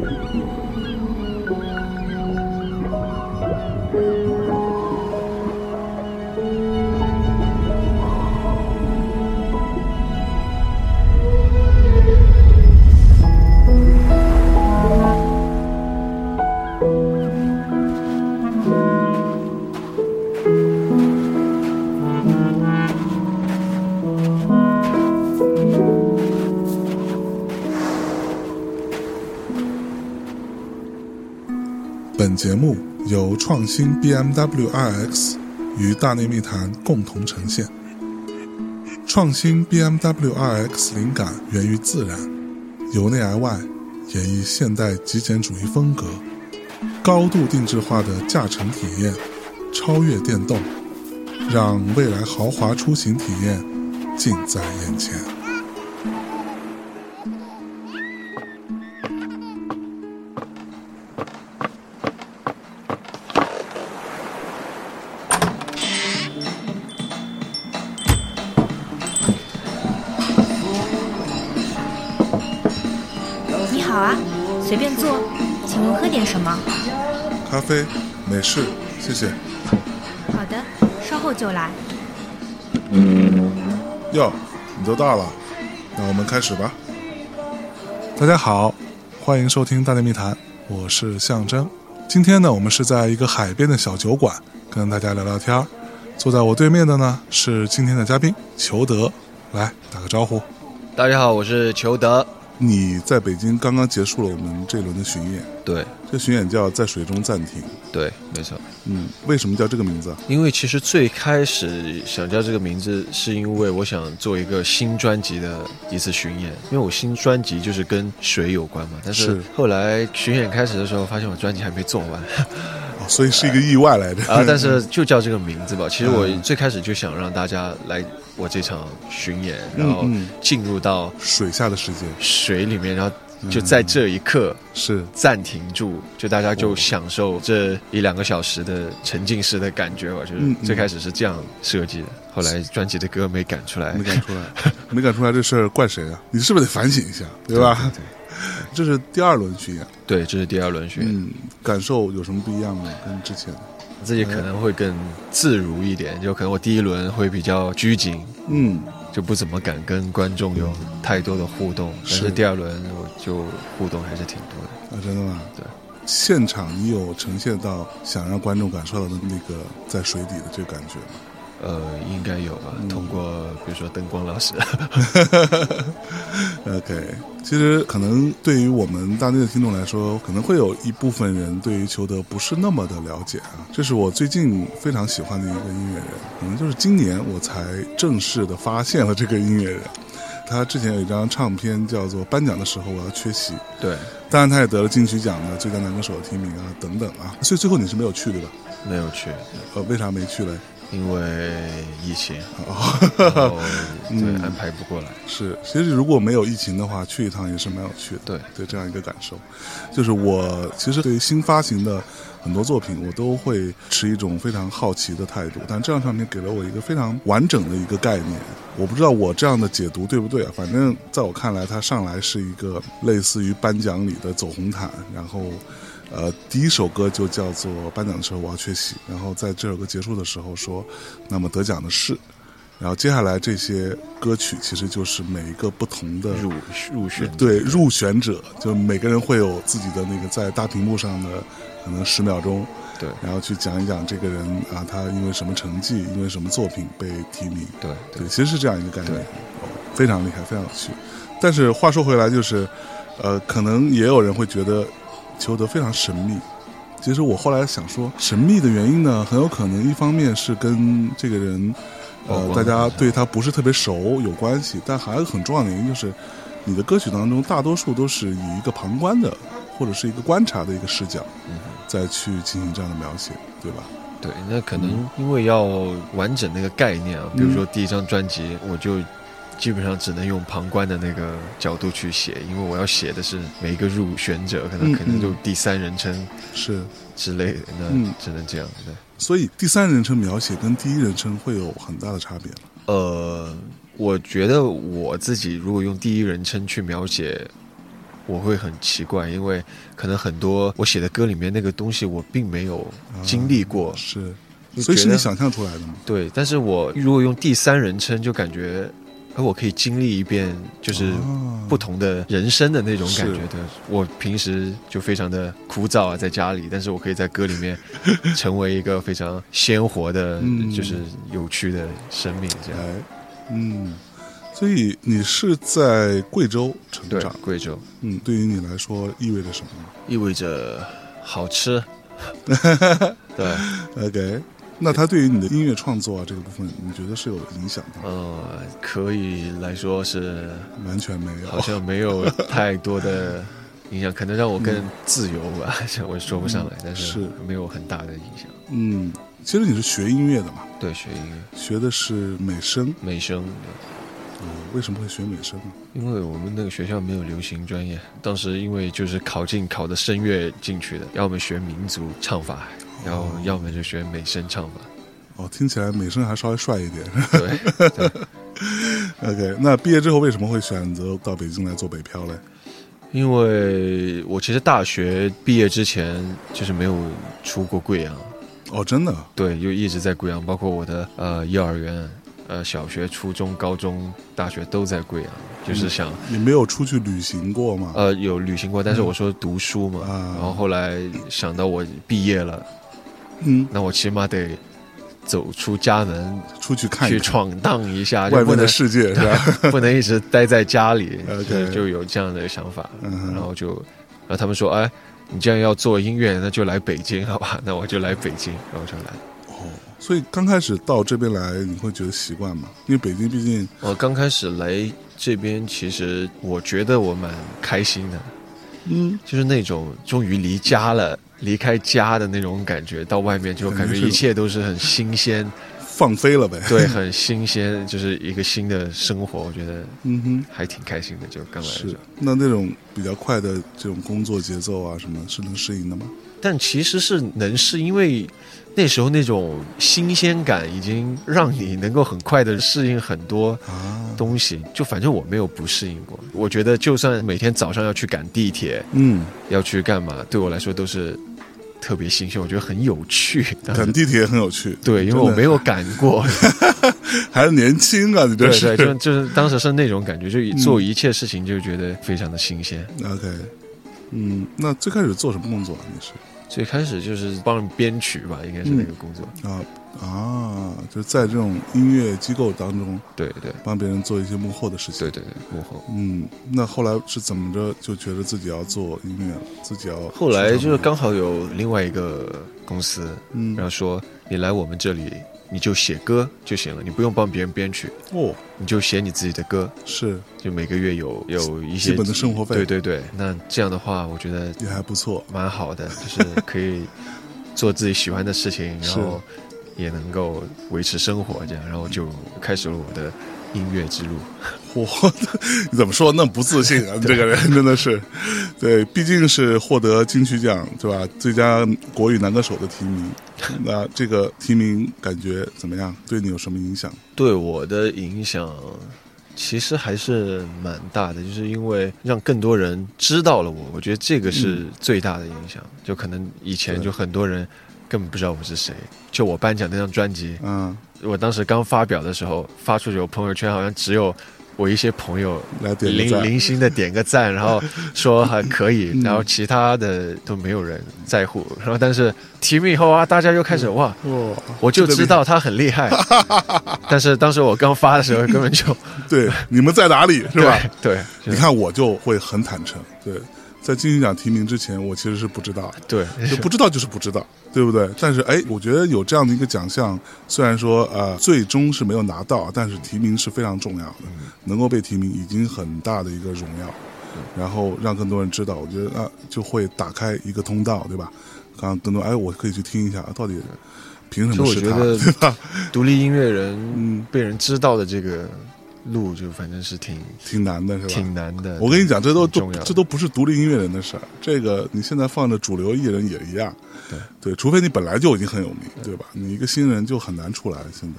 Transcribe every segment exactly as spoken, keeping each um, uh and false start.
本节目由创新 B M W R X 与大内密谈共同呈现。创新 B M W R X 灵感源于自然，由内而外演绎现代极简主义风格，高度定制化的驾乘体验，超越电动，让未来豪华出行体验近在眼前。 随便坐，请问喝点什么？ 咖啡，美式，谢谢。 好的，稍后就来。 哟，你都到了，那我们开始吧。大家好，欢迎收听大内密谈，我是象征。今天呢，我们是在一个海边的小酒馆跟大家聊聊天。坐在我对面的呢是今天的嘉宾裘德，来打个招呼。 大家好，我是裘德。 你在北京刚刚结束了我们这轮的巡演， 对， 这巡演叫在水中暂停， 对，没错。 嗯，为什么叫这个名字啊？ 因为其实最开始想叫这个名字，是因为我想做一个新专辑的一次巡演，因为我新专辑就是跟水有关嘛。但是后来巡演开始的时候，发现我专辑还没做完。 哦，所以是一个意外来的啊！但是就叫这个名字吧。其实我最开始就想让大家来我这场巡演，然后进入到水下的世界， 水里面，然后就在这一刻是暂停住，就大家就享受这一两个小时的沉浸式的感觉吧。就是最开始是这样设计的，后来专辑的歌没赶出来， 没赶出来，没赶出来，这事儿怪谁啊？你是不是得反省一下，对吧？对对对，这是第二轮巡演， 对，这是第二轮巡演。 嗯，感受有什么不一样吗？跟之前自己可能会更自如一点，就可能我第一轮会比较拘谨， 嗯， 就不怎么敢跟观众有太多的互动，但是第二轮我就互动还是挺多的。 啊，真的吗？ 对， 现场你有呈现到想让观众感受到的那个在水底的这个感觉吗？ 呃，应该有吧，嗯、通过比如说灯光老师。 OK， 其实可能对于我们大内的听众来说，可能会有一部分人对于裘德不是那么的了解啊。这是我最近非常喜欢的一个音乐人，可能就是今年我才正式的发现了这个音乐人。他之前有一张唱片叫做《颁奖的时候我要缺席》， 对， 当然他也得了金曲奖的最佳男歌手的提名啊，等等啊。所以最后你是没有去对吧？ 没有去。 呃，为啥没去嘞？ 因为疫情， 哦， 对、嗯，安排不过来。 是，其实如果没有疫情的话，去一趟也是蛮有趣的。 对， 对，这样一个感受，就是我其实对于新发行的很多作品，我都会持一种非常好奇的态度。但这张唱片给了我一个非常完整的一个概念，我不知道我这样的解读对不对啊？反正在我看来，它上来是一个类似于颁奖里的走红毯，然后。呃，第一首歌就叫做《颁奖的时候我要缺席》，然后在这首歌结束的时候说，那么得奖的是，然后接下来这些歌曲其实就是每一个不同的入入选对入选者，就每个人会有自己的那个在大屏幕上的可能十秒钟， 对， 然后去讲一讲这个人啊，他因为什么成绩，因为什么作品被提名， 对对, 对，其实是这样一个概念，哦，非常厉害，非常有趣。但是话说回来，就是呃，可能也有人会觉得。裘德非常神秘，其实我后来想说，神秘的原因呢，很有可能一方面是跟这个人，呃，大家对他不是特别熟有关系，但还有很重要的原因就是，你的歌曲当中大多数都是以一个旁观的或者是一个观察的一个视角，嗯，再去进行这样的描写，对吧？ 对，那可能因为要完整那个概念啊，嗯，比如说第一张专辑，我就。基本上只能用旁观的那个角度去写，因为我要写的是每一个入选者，可能、嗯、可能就第三人称是之类的，那只能这样。对， 所以第三人称描写跟第一人称会有很大的差别吗？ 呃，我觉得我自己如果用第一人称去描写我会很奇怪，因为可能很多我写的歌里面那个东西我并没有经历过， 啊、是，所以是你想象出来的吗？ 对，但是我如果用第三人称，就感觉。而我可以经历一遍，就是不同的人生的那种感觉的。我平时就非常的枯燥啊，在家里，但是我可以在歌里面成为一个非常鲜活的，嗯、就是有趣的生命这样。 嗯，所以你是在贵州成长？ 对，贵州。 嗯，对于你来说意味着什么呢？ 意味着好吃。对 ，OK。那它对于你的音乐创作啊这个部分，你觉得是有影响的？ 呃，可以来说是完全没有， 好像没有太多的影响，可能让我更自由吧，嗯、我说不上来，嗯、但是没有很大的影响。 嗯，其实你是学音乐的嘛？ 对，学音乐， 学的是美声。 美声。 哦，为什么会学美声呢？ 因为我们那个学校没有流行专业，当时因为就是考进考的声乐进去的，要么学民族唱法。然后要么就学美声唱法。 哦，听起来美声还稍微帅一点。 对。对 OK， 那毕业之后为什么会选择到北京来做北漂嘞？ 因为我其实大学毕业之前就是没有出过贵阳。 哦，真的？ 对，就一直在贵阳，包括我的呃幼儿园、呃小学、初中、高中、大学都在贵阳。就是想你没有出去旅行过吗？ 呃，有旅行过，但是我说读书嘛，嗯、然后后来想到我毕业了。嗯，那我起码得走出家门， 出去看一看， 去闯荡一下外面的世界，是吧？ 不能一直待在家里， okay, 就有这样的想法。 嗯、 然后就，然后他们说，哎，你既然要做音乐，那就来北京，好吧？那我就来北京，然后就来。 哦，所以刚开始到这边来，你会觉得习惯吗？因为北京毕竟， 我刚开始来这边，其实我觉得我蛮开心的。嗯，就是那种终于离家了。离开家的那种感觉，到外面就感觉一切都是很新鲜， 放飞了呗。 对，很新鲜，就是一个新的生活，我觉得，嗯哼，还挺开心的。就刚来的时候， 那那种比较快的这种工作节奏啊，什么是能适应的吗？ 但其实是能适应，因为那时候那种新鲜感已经让你能够很快的适应很多东西。就反正我没有不适应过，我觉得就算每天早上要去赶地铁，嗯，要去干嘛，对我来说都是特别新鲜，我觉得很有趣。 赶地铁很有趣， 对，因为我没有赶过， 还是年轻啊，你这是对对，就就是当时是那种感觉，就做一切事情就觉得非常的新鲜。 嗯、OK， 嗯，那最开始做什么工作？你是？ 最开始就是帮人编曲吧，应该是那个工作、 嗯、啊啊，就在这种音乐机构当中， 对对， 帮别人做一些幕后的事情， 对对对，幕后。 嗯，那后来是怎么着就觉得自己要做音乐了，自己要？ 后来就是刚好有另外一个公司，嗯，然后说你来我们这里，你就写歌就行了，你不用帮别人编曲哦，你就写你自己的歌， 是， 就每个月有有一些基本的生活费， 对对对，那这样的话，我觉得也还不错， 蛮好的，就是可以做自己喜欢的事情，然后也能够维持生活，这样，然后就开始了我的音乐之路。 嚯，你怎么说那么不自信啊？你这个人真的是，对，毕竟是获得金曲奖对吧？最佳国语男歌手的提名，那这个提名感觉怎么样？对你有什么影响？ 对我的影响其实还是蛮大的，就是因为让更多人知道了我，我觉得这个是最大的影响。嗯、就可能以前就很多人根本不知道我是谁，就我颁奖那张专辑，嗯，我当时刚发表的时候发出去，我朋友圈好像只有我一些朋友来点零零星的点个赞，然后说还可以，然后其他的都没有人在乎。然后但是提名以后啊，大家又开始哇，哇我就知道他很厉害。但是当时我刚发的时候，根本就对你们在哪里是吧？ 对，对你看我就会很坦诚，对。在金曲奖提名之前，我其实是不知道的， 对， 就不知道就是不知道，对不对？但是哎，我觉得有这样的一个奖项，虽然说呃最终是没有拿到，但是提名是非常重要的，嗯、能够被提名已经很大的一个荣耀，嗯、然后让更多人知道，我觉得啊就会打开一个通道，对吧？让更多哎，我可以去听一下，到底凭什么是他，对吧？ 独立音乐人被人知道的这个路就反正是挺挺难的，是吧？ 挺难的。 我跟你讲，这都都这都不是独立音乐人的事儿。这个你现在放着主流艺人也一样， 对对，除非你本来就已经很有名，对吧？你一个新人就很难出来。现在，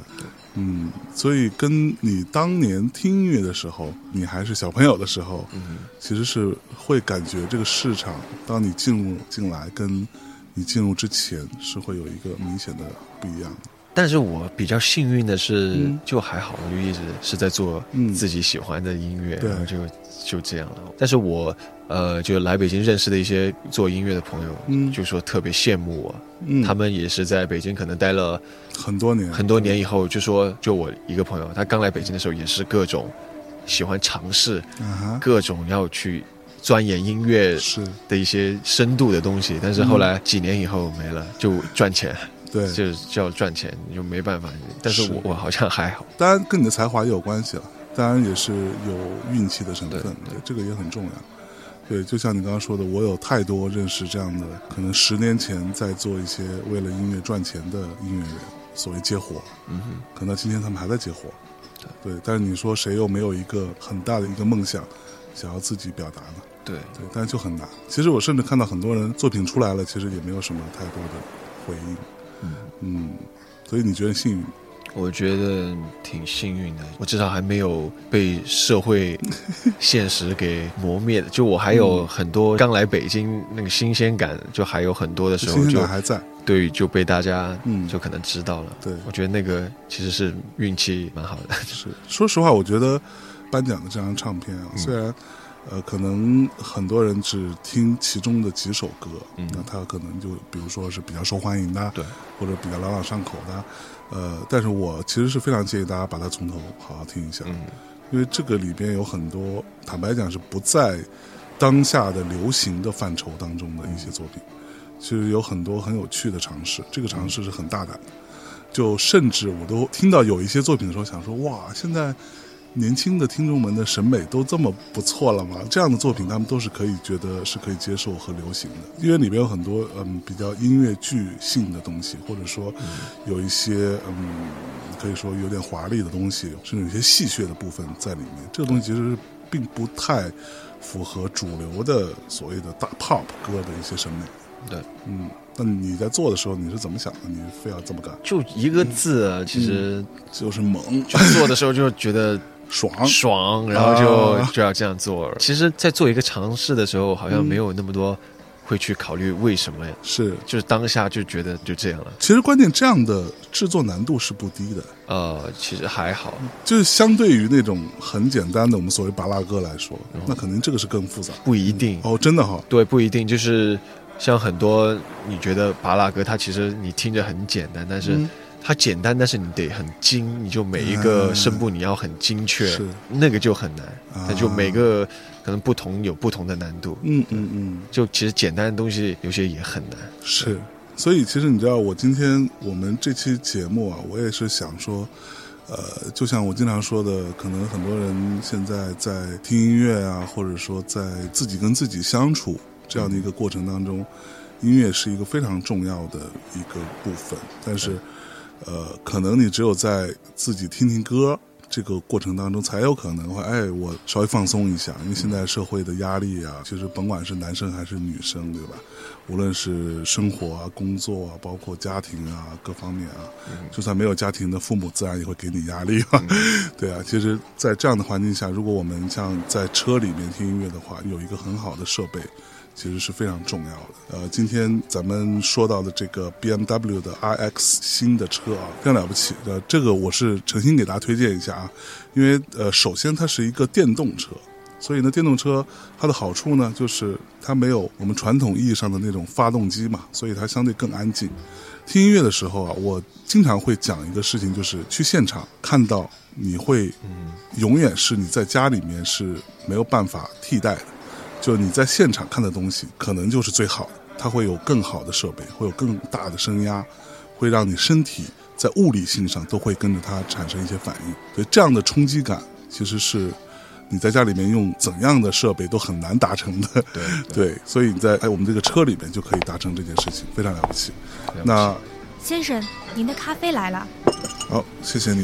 嗯，所以跟你当年听音乐的时候，你还是小朋友的时候，嗯，其实是会感觉这个市场，当你进入进来，跟你进入之前是会有一个明显的不一样的。 但是我比较幸运的是，嗯、就还好，我就一直是在做自己喜欢的音乐，嗯、然后就就这样了。但是我呃，就来北京认识的一些做音乐的朋友，嗯，就说特别羡慕我，嗯，他们也是在北京可能待了很多年， 很多年以后，就说就我一个朋友，他刚来北京的时候也是各种喜欢尝试，啊、各种要去钻研音乐的一些深度的东西，但是后来几年以后没了，就赚钱。 对， 就是就要赚钱，你就没办法。但是我我好像还好， 当然跟你的才华也有关系了，当然也是有运气的成分，对，对这个也很重要。对，就像你刚刚说的，我有太多认识这样的，可能十年前在做一些为了音乐赚钱的音乐人，所谓接活，嗯哼，可能今天他们还在接活，对。对，但是你说谁又没有一个很大的一个梦想，想要自己表达呢？ 对对，但是就很难。其实我甚至看到很多人作品出来了，其实也没有什么太多的回应。嗯嗯，所以你觉得幸运？ 我觉得挺幸运的，我至少还没有被社会现实给磨灭的。就我还有很多刚来北京那个新鲜感，就还有很多的时候就新鲜感还在， 对，就被大家就可能知道了。 对， 我觉得那个其实是运气蛮好的。 是，说实话，我觉得颁奖的这张唱片啊，嗯、虽然。呃，可能很多人只听其中的几首歌，嗯，那他可能就比如说是比较受欢迎的， 对， 或者比较朗朗上口的，呃，但是我其实是非常建议大家把它从头好好听一下，嗯，因为这个里边有很多，坦白讲是不在当下的流行的范畴当中的一些作品，其实有很多很有趣的尝试，这个尝试是很大胆的，就甚至我都听到有一些作品的时候想说，哇，现在年轻的听众们的审美都这么不错了吗？这样的作品他们都是可以觉得是可以接受和流行的，因为里面有很多嗯比较音乐剧性的东西，或者说有一些嗯可以说有点华丽的东西，甚至有些戏谑的部分在里面。这个东西其实并不太符合主流的所谓的大 pop 歌的一些审美。 对， 嗯，那你在做的时候你是怎么想的？你非要这么干？ 就一个字啊，嗯、其实就是猛。 就做的时候就觉得。 爽爽，然后就、啊、就要这样做。其实，在做一个尝试的时候，好像没有那么多会去考虑为什么呀。 是， 就是当下就觉得就这样了。 其实，关键这样的制作难度是不低的。 呃，其实还好， 就是相对于那种很简单的我们所谓芭乐歌来说，嗯、那肯定这个是更复杂。 不一定哦，真的哈、哦。 对，不一定。就是像很多你觉得芭乐歌，它其实你听着很简单，但是。嗯它简单，但是你得很精，你就每一个声部你要很精确， 嗯、 那个就很难。那、啊、就每个可能不同有不同的难度。 嗯嗯嗯， 就其实简单的东西有些也很难。 是，所以其实你知道，我今天我们这期节目啊，我也是想说，呃，就像我经常说的，可能很多人现在在听音乐啊，或者说在自己跟自己相处这样的一个过程当中，音乐是一个非常重要的一个部分，但是。呃，可能你只有在自己听听歌这个过程当中，才有可能会，哎，我稍微放松一下，因为现在社会的压力啊，其实甭管是男生还是女生，对吧？无论是生活啊、工作啊，包括家庭啊，各方面啊，就算没有家庭的父母，自然也会给你压力嘛。对啊，其实，在这样的环境下，如果我们像在车里面听音乐的话，有一个很好的设备。其实是非常重要的。呃，今天咱们说到的这个 B M W 的 I X 新的车啊，非常了不起。呃，这个我是诚心给大家推荐一下啊，因为呃，首先它是一个电动车，所以呢，电动车它的好处呢，就是它没有我们传统意义上的那种发动机嘛，所以它相对更安静。听音乐的时候啊，我经常会讲一个事情，就是去现场看到，你会永远是你在家里面是没有办法替代的。就你在现场看的东西可能就是最好的，它会有更好的设备，会有更大的声压，会让你身体在物理性上都会跟着它产生一些反应。所以这样的冲击感其实是你在家里面用怎样的设备都很难达成的。 对对, 对，所以你在哎我们这个车里面就可以达成这件事情，非常了不起。 了不起。 那先生，您的咖啡来了。 好，谢谢你。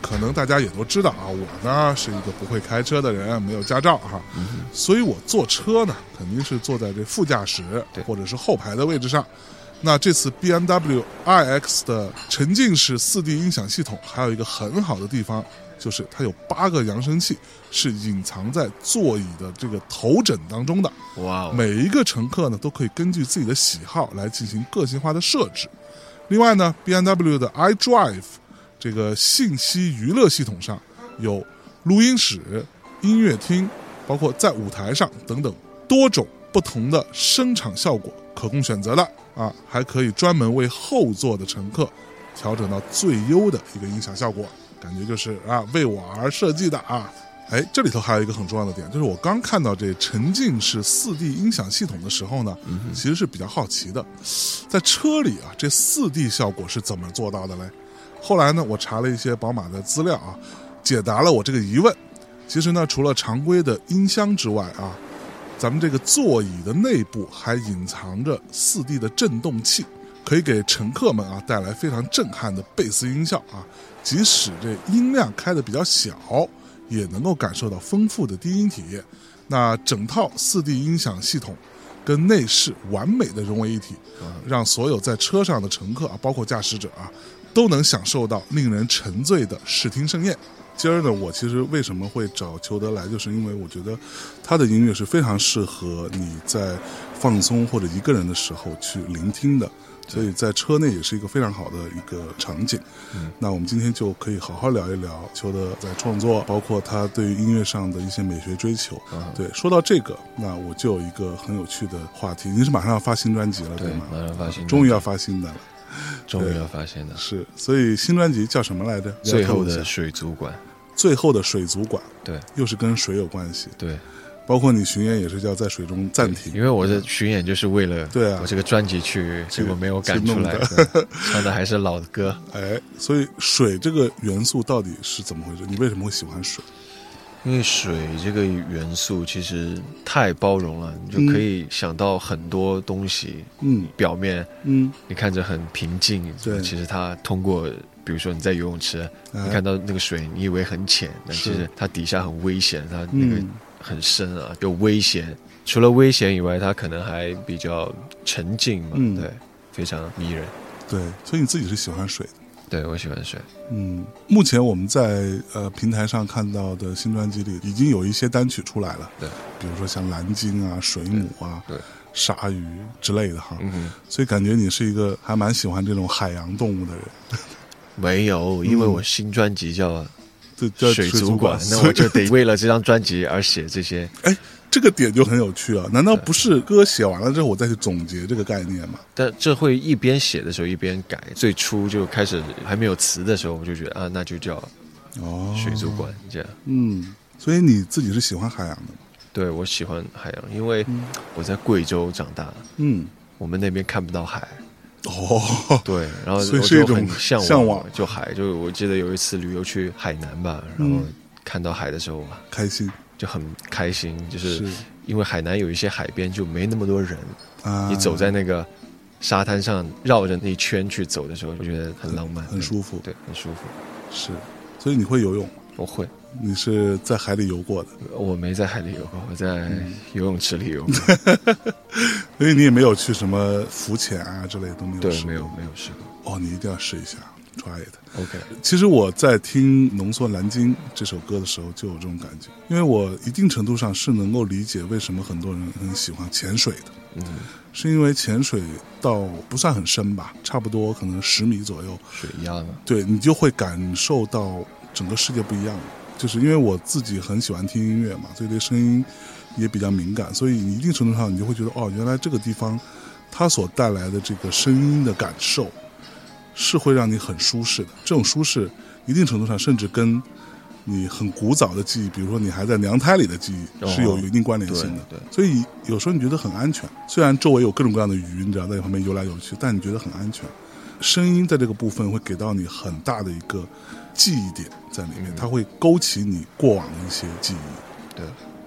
可能大家也都知道啊，我呢是一个不会开车的人，没有驾照哈、啊嗯，所以我坐车呢肯定是坐在这副驾驶或者是后排的位置上。那这次 B M W i X 的沉浸式 四 D 音响系统还有一个很好的地方，就是它有八个扬声器是隐藏在座椅的这个头枕当中的。 哇、wow ！ 每一个乘客呢都可以根据自己的喜好来进行个性化的设置。另外呢 ，B M W 的 iDrive 这个信息娱乐系统上有录音室、音乐厅，包括在舞台上等等多种不同的声场效果可供选择的啊，还可以专门为后座的乘客调整到最优的一个音响效果，感觉就是啊为我而设计的啊。哎，这里头还有一个很重要的点，就是我刚看到这沉浸式 四 D 音响系统的时候呢，嗯、其实是比较好奇的，在车里啊，这 四 D 效果是怎么做到的嘞？后来呢，我查了一些宝马的资料啊，解答了我这个疑问。其实呢，除了常规的音箱之外啊，咱们这个座椅的内部还隐藏着 四 D 的震动器，可以给乘客们啊带来非常震撼的贝斯音效啊，即使这音量开得比较小，也能够感受到丰富的低音体验。那整套 四 D 音响系统跟内饰完美的融为一体，让所有在车上的乘客啊，包括驾驶者啊，都能享受到令人沉醉的视听盛宴。今儿呢，我其实为什么会找裘德来，就是因为我觉得他的音乐是非常适合你在放松或者一个人的时候去聆听的，所以在车内也是一个非常好的一个场景。嗯，那我们今天就可以好好聊一聊裘德在创作，包括他对于音乐上的一些美学追求。嗯、对，说到这个，那我就有一个很有趣的话题。您是马上要发新专辑了， 对, 对吗？ 马上发新， 终于要发新的了， 终于要发新的， 是。所以新专辑叫什么来着？ 最后的水族馆。 最后的水族馆， 对， 又是跟水有关系， 对， 包括你巡演也是叫在水中暂停， 因为我的巡演就是为了对啊， 我这个专辑去，结果没有赶出来，唱的还是老的歌， 哎，所以水这个元素到底是怎么回事？你为什么会喜欢水？ 因为水这个元素其实太包容了，你就可以想到很多东西。嗯，表面嗯你看着很平静，对，其实它通过。比如说你在游泳池、哎、你看到那个水你以为很浅，但其实它底下很危险，它那个很深啊、嗯、有危险。除了危险以外，它可能还比较沉静嘛、嗯、对，非常迷人。 对，所以你自己是喜欢水的。 对，我喜欢水。 嗯，目前我们在呃平台上看到的新专辑里已经有一些单曲出来了， 对， 比如说像蓝鲸啊、水母啊、 对，对鲨鱼之类的哈。 嗯， 所以感觉你是一个还蛮喜欢这种海洋动物的人。 没有，因为我新专辑叫水族馆、嗯、那我就得为了这张专辑而写这些。 哎，这个点就很有趣啊！难道不是歌写完了之后我再去总结这个概念吗？ 但这会一边写的时候一边改。最初就开始还没有词的时候，我就觉得啊，那就叫水族馆、哦、这样。 嗯，所以你自己是喜欢海洋的吗？ 对，我喜欢海洋，因为我在贵州长大。嗯，我们那边看不到海。 哦， 对，然后所以是一种很向往， 向往就海，就我记得有一次旅游去海南吧，然后看到海的时候嘛， 开心， 就很开心，就是因为海南有一些海边就没那么多人，啊、你走在那个沙滩上绕着那一圈去走的时候，我觉得很浪漫， 很, 很舒服， 对，很舒服。 是，所以你会游泳？ 我会。 你是在海里游过的？ 我没在海里游过，我在游泳池里游过。 所以你也没有去什么浮潜啊之类的都没有试过？ 对，没有没有试过。 哦，你一定要试一下 ，try it。 OK。 其实我在听《浓缩蓝鲸》这首歌的时候就有这种感觉，因为我一定程度上是能够理解为什么很多人很喜欢潜水的。嗯，是因为潜水到不算很深吧，差不多可能十米左右， 水压呢？ 对，你就会感受到整个世界不一样了。就是因为我自己很喜欢听音乐嘛，所以对声音也比较敏感，所以你一定程度上你就会觉得，哦，原来这个地方它所带来的这个声音的感受是会让你很舒适的。这种舒适一定程度上甚至跟你很古早的记忆，比如说你还在娘胎里的记忆是有一定关联性的。 哦、对, 对， 所以有时候你觉得很安全，虽然周围有各种各样的鱼，你知道在旁边游来游去，但你觉得很安全。声音在这个部分会给到你很大的一个记忆点在里面，它会勾起你过往的一些记忆。 对，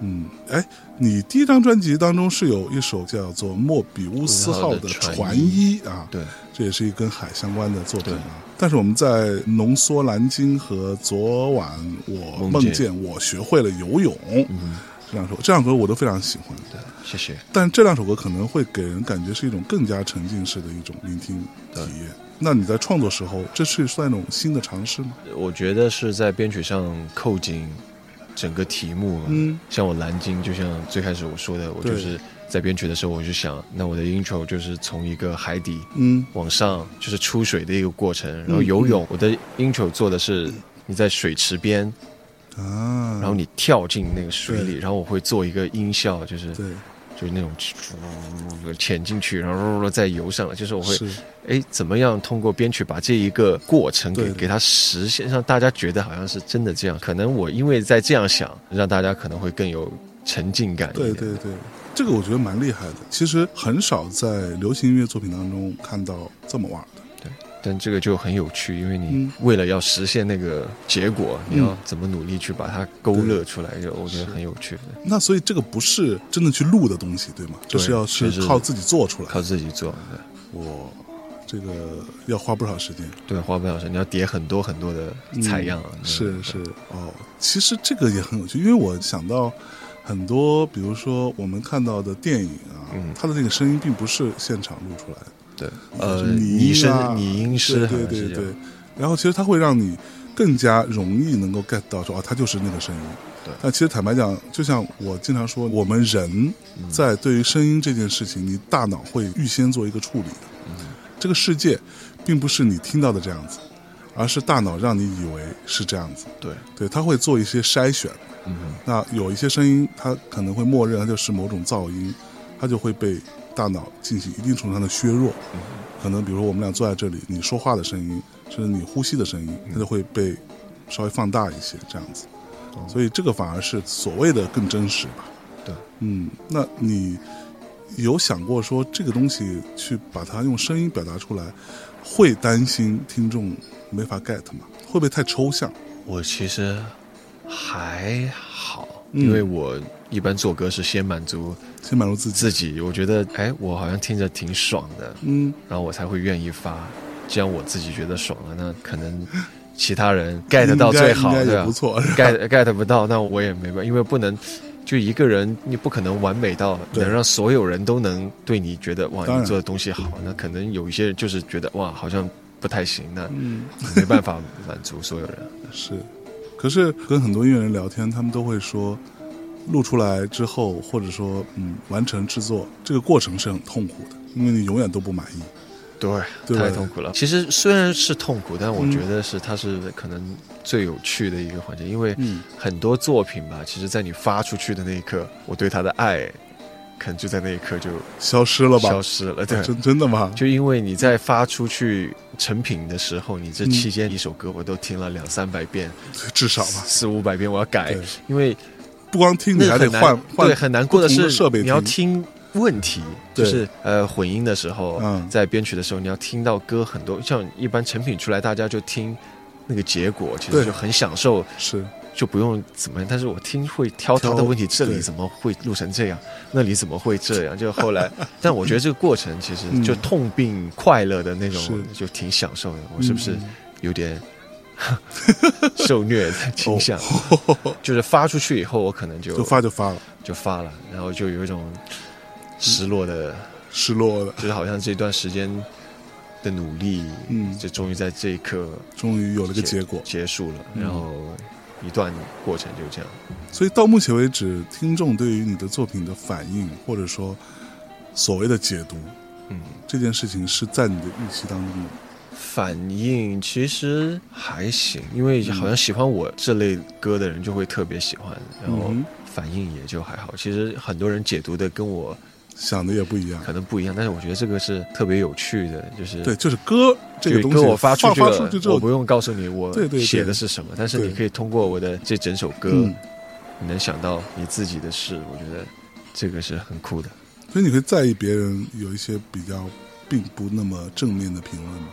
嗯，哎，你第一张专辑当中是有一首叫做《莫比乌斯号的船医》啊， 对， 这也是一跟海相关的作品啊。但是我们在浓缩蓝鲸和昨晚我梦见我学会了游泳，嗯，这两首这两首歌我都非常喜欢。 对，谢谢。 但这两首歌可能会给人感觉是一种更加沉浸式的一种聆听体验。那你在创作时候，这是算一种新的尝试吗？ 我觉得是在编曲上扣紧整个题目，嗯，像我蓝鲸，就像最开始我说的，我就是在编曲的时候，我就想，那我的 intro 就是从一个海底，嗯，往上就是出水的一个过程，然后游泳，嗯、我的 intro 做的是你在水池边，啊，然后你跳进那个水里，然后我会做一个音效，就是对。就是那种潜进去，然后再游上来，就是我会，哎，怎么样通过编曲把这一个过程给给它实现，让大家觉得好像是真的这样。可能我因为在这样想，让大家可能会更有沉浸感一点。 对对对，这个我觉得蛮厉害的。其实很少在流行音乐作品当中看到这么玩的。 对，但这个就很有趣，因为你为了要实现那个结果，嗯、你要怎么努力去把它勾勒出来，就我觉得很有趣的。 那所以这个不是真的去录的东西，对吗？这是要是靠自己做出来， 靠自己做的。 哇，这个要花不少时间。 对，花不少时间，你要叠很多很多的采样。 嗯、是是哦，其实这个也很有趣，因为我想到很多，比如说我们看到的电影啊，嗯、它的那个声音并不是现场录出来的。 对，呃，拟声、拟音师， 对对对对。然后其实它会让你更加容易能够 get 到说啊，它就是那个声音。 对。 但其实坦白讲，就像我经常说，我们人在对于声音这件事情，你大脑会预先做一个处理的。嗯。这个世界并不是你听到的这样子，而是大脑让你以为是这样子。 对。 对，它会做一些筛选。嗯。那有一些声音，它可能会默认它就是某种噪音，它就会被大脑进行一定程度上的削弱，嗯、可能比如说我们俩坐在这里，你说话的声音，甚至你呼吸的声音，它就会被稍微放大一些，这样子。嗯、所以这个反而是所谓的更真实吧。 对， 嗯，那你有想过说这个东西去把它用声音表达出来，会担心听众没法 get 吗？会不会太抽象？ 我其实还好，嗯、因为我一般做歌是先满足。 先满足自己， 自己我觉得，哎，我好像听着挺爽的，嗯，然后我才会愿意发。既然我自己觉得爽了，那可能其他人 get 到最好，对吧？ 不错 ，get get 不到，那我也没办法，因为不能就一个人，你不可能完美到能让所有人都能对你觉得哇，你做的东西好。那可能有一些人就是觉得哇，好像不太行，那没办法满足所有人。 是，可是跟很多音乐人聊天，他们都会说。录出来之后，或者说嗯，完成制作，这个过程是很痛苦的，因为你永远都不满意。 对，对太痛苦了。其实虽然是痛苦，但我觉得是它是可能最有趣的一个环节，因为很多作品吧，其实在你发出去的那一刻，我对它的爱，可能就在那一刻就消失了吧？ 消失了，对， 啊、真真的吗？ 就因为你在发出去成品的时候，你这期间一首歌我都听了两三百遍， 至少吧， 四五百遍，我要改，因为。 不光听你还得换换对，很难过的是设备， 你要听问题，就是呃混音的时候，嗯、在编曲的时候，你要听到歌很多，像一般成品出来，大家就听那个结果，其实就很享受， 是就不用怎么样。但是我听会挑他的问题，这里怎么会录成这样，那里怎么会这样？就后来，但我觉得这个过程其实就痛并快乐的那种，嗯、就挺享受的。我是不是有点？受虐的倾向，哦、就是发出去以后，我可能就就发就发了， 就发了，然后就有一种失落的、嗯、 失落的， 就是好像这段时间的努力，嗯，就终于在这一刻， 终于有了个结果， 结束了，嗯、然后一段过程就这样。 所以到目前为止，听众对于你的作品的反应，或者说所谓的解读，嗯，这件事情是在你的预期当中的。 反应其实还行，因为好像喜欢我这类歌的人就会特别喜欢，然后反应也就还好。其实很多人解读的跟我想的也不一样， 可能不一样，但是我觉得这个是特别有趣的，就是对，就是歌这个东西， 歌我发出去了， 发出去之后我不用告诉你我写的是什么，但是你可以通过我的这整首歌，嗯、你能想到你自己的事，我觉得这个是很酷的。 所以你会在意别人有一些比较并不那么正面的评论吗？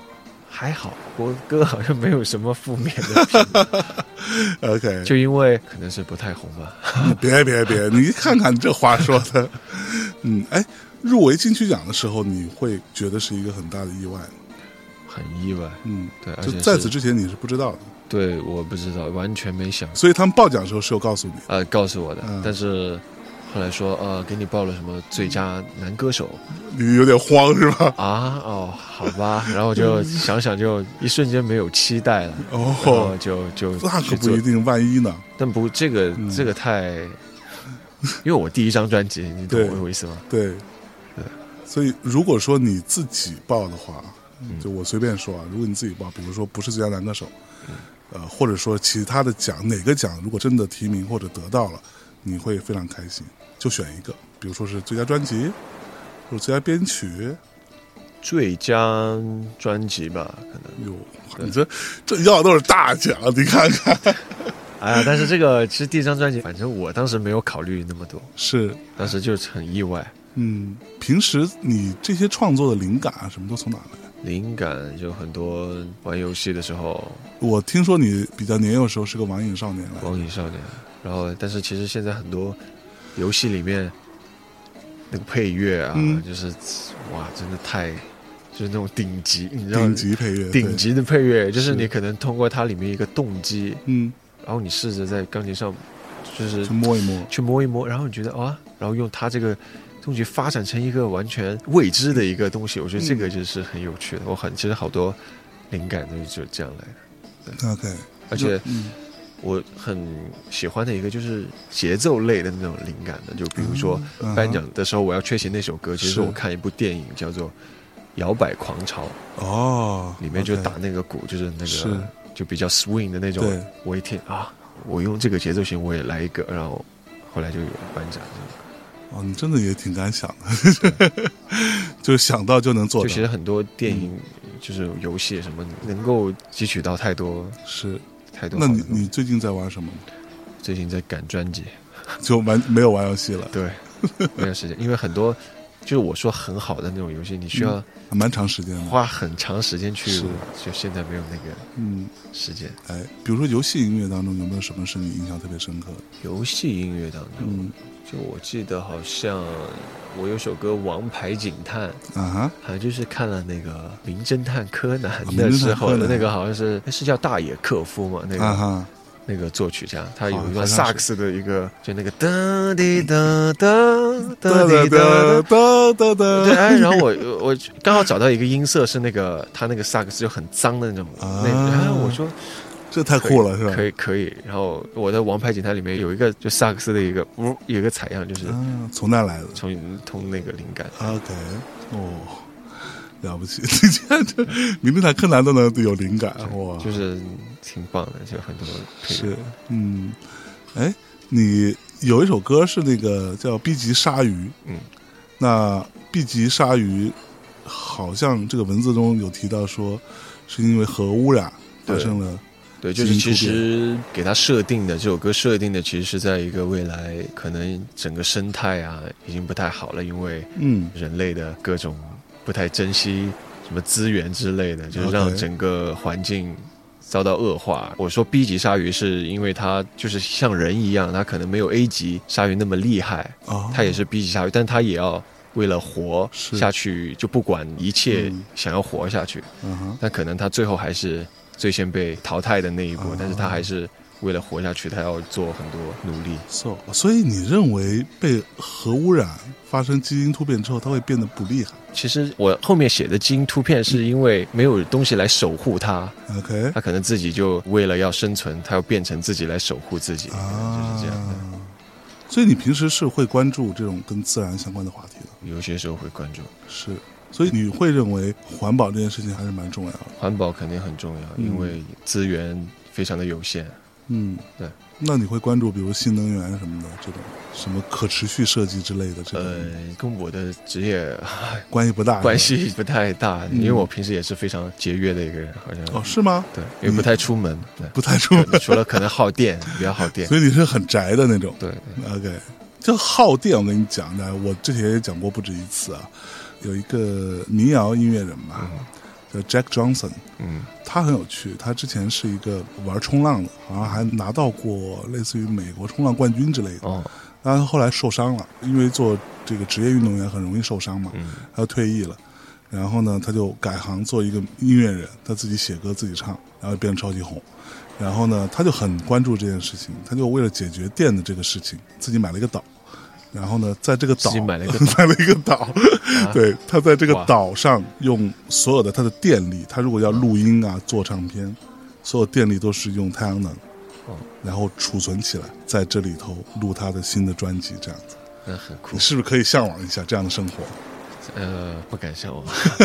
还好，国歌好像没有什么负面的评论。 OK， 就因为可能是不太红吧。 别别别，你看看这话说的，嗯，哎，入围金曲奖的时候，你会觉得是一个很大的意外吗？ 很意外， 嗯， 对，而就且在此之前你是不知道的。 对，我不知道，完全没想。 所以他们报奖的时候是有告诉你， 呃，告诉我的， 嗯、 但是后来说，呃，给你报了什么最佳男歌手， 你有点慌是吧？ 啊，哦，好吧，然后就想想，就一瞬间没有期待了， 哦， 然后就就那可不一定，万一呢？ 但不，这个、嗯、这个太，因为我第一张专辑，你懂我意思吗？ 对， 对， 所以如果说你自己报的话，嗯、就我随便说啊，如果你自己报，比如说不是最佳男歌手。嗯呃，或者说其他的奖，哪个奖如果真的提名或者得到了，你会非常开心，就选一个，比如说是最佳专辑，或者最佳编曲， 最佳专辑吧，可能。 哟，你这这要都是大奖，你看看。 哎呀，但是这个其实第一张专辑，反正我当时没有考虑那么多， 是， 当时就是很意外。 嗯，平时你这些创作的灵感啊，什么都从哪来？ 灵感就很多，玩游戏的时候， 我听说你比较年幼的时候是个网瘾少年了。 网瘾少年，然后但是其实现在很多游戏里面那个配乐啊，嗯、就是哇，真的太就是那种顶级，你知道， 顶级配乐， 顶级的配乐，就是你可能通过它里面一个动机， 嗯， 然后你试着在钢琴上就是去摸一摸， 去摸一摸，然后你觉得啊，然后用它这个。东西发展成一个完全未知的一个东西，我觉得这个就是很有趣的。我很其实好多灵感都是就这样来的。 OK， 而且我很喜欢的一个就是节奏类的那种灵感的，就比如说颁奖的时候我要缺席那首歌，其实我看一部电影叫做《摇摆狂潮》 哦， 里面就打那个鼓，就是那个就比较 swing 的那种。我一听啊，我用这个节奏型我也来一个，然后后来就有颁奖。 哦，你真的也挺敢想的，就是想到就能做到。 就其实很多电影、嗯、就是游戏什么能够汲取到太多， 是太多。 那你你最近在玩什么？ 最近在赶专辑， 就玩没有玩游戏了。 对，没有时间，因为很多就是我说很好的那种游戏，你需要蛮长时间的， 花很长时间去，就现在没有那个嗯时间。 哎，比如说游戏音乐当中有没有什么是你印象特别深刻的？ 游戏音乐当中。嗯，就我记得好像我有首歌《王牌警探》啊，好像就是看了那个《名侦探柯南》的时候的那个，好像是是叫大野克夫嘛，那个、啊、那个作曲家，他有一段萨克斯的一个，就那个哒滴哒哒哒滴哒哒哒哒，对，哎，然后我我刚好找到一个音色是那个他那个萨克斯就很脏的那种，啊、那然后我说。 这太酷了，是吧？ 可以可以。然后我的《王牌警探》里面有一个就萨克斯的一个，嗯，有一个采样，就是、 啊、从那来的， 从从那个灵感。 OK， 哦，了不起！你看这《名侦探柯南》都能有灵感，哇， 就是挺棒的，就很多是，嗯，哎，你有一首歌是那个叫《B 级鲨鱼》，嗯，那 B 级鲨鱼好像这个文字中有提到说，是因为核污染发生了。 对，就是其实给它设定的这首歌设定的，其实是在一个未来，可能整个生态啊已经不太好了，因为嗯，人类的各种不太珍惜什么资源之类的，就是让整个环境遭到恶化。我说 B 级鲨鱼是因为它就是像人一样，它可能没有 A 级鲨鱼那么厉害，哦、它也是 B 级鲨鱼，但它也要为了活下去，就不管一切想要活下去。嗯、但可能它最后还是。最先被淘汰的那一波，但是他还是为了活下去，他要做很多努力。 So, 所以你认为被核污染发生基因突变之后，它会变得不厉害？ 其实我后面写的基因突变是因为没有东西来守护它。OK， 他可能自己就为了要生存，他要变成自己来守护自己，啊、就是这样的。 所以你平时是会关注这种跟自然相关的话题的？ 有些时候会关注， 是。所以你会认为环保这件事情还是蛮重要的？ 环保肯定很重要，嗯、因为资源非常的有限。嗯，对。 那你会关注比如新能源什么的这种什么可持续设计之类的这种？ 呃，跟我的职业关系不大， 关系不太大，因为我平时也是非常节约的一个人，好像。 哦，是吗？ 对，因为不太出门，对， 不太出门， 除了可能耗电，比较耗电。 所以你是很宅的那种。 对对 ，OK。就耗电，我跟你讲的，我之前也讲过不止一次啊。有一个民谣音乐人嘛，嗯、 叫 Jack Johnson， 嗯， 他很有趣，他之前是一个玩冲浪的，好像还拿到过类似于美国冲浪冠军之类的。 哦， 但他后来受伤了，因为做这个职业运动员很容易受伤嘛， 嗯， 他就退役了。然后呢，他就改行做一个音乐人，他自己写歌自己唱，然后变成超级红。然后呢，他就很关注这件事情，他就为了解决电的这个事情，自己买了一个岛。然后呢，在这个岛自己买了一个买了一个岛， 啊、 对，他在这个岛上用所有的他的电力，他如果要录音啊、做唱片，所有电力都是用太阳能， 哦， 然后储存起来，在这里头录他的新的专辑，这样子。 那很酷。 你是不是可以向往一下这样的生活？ 呃，不敢向往。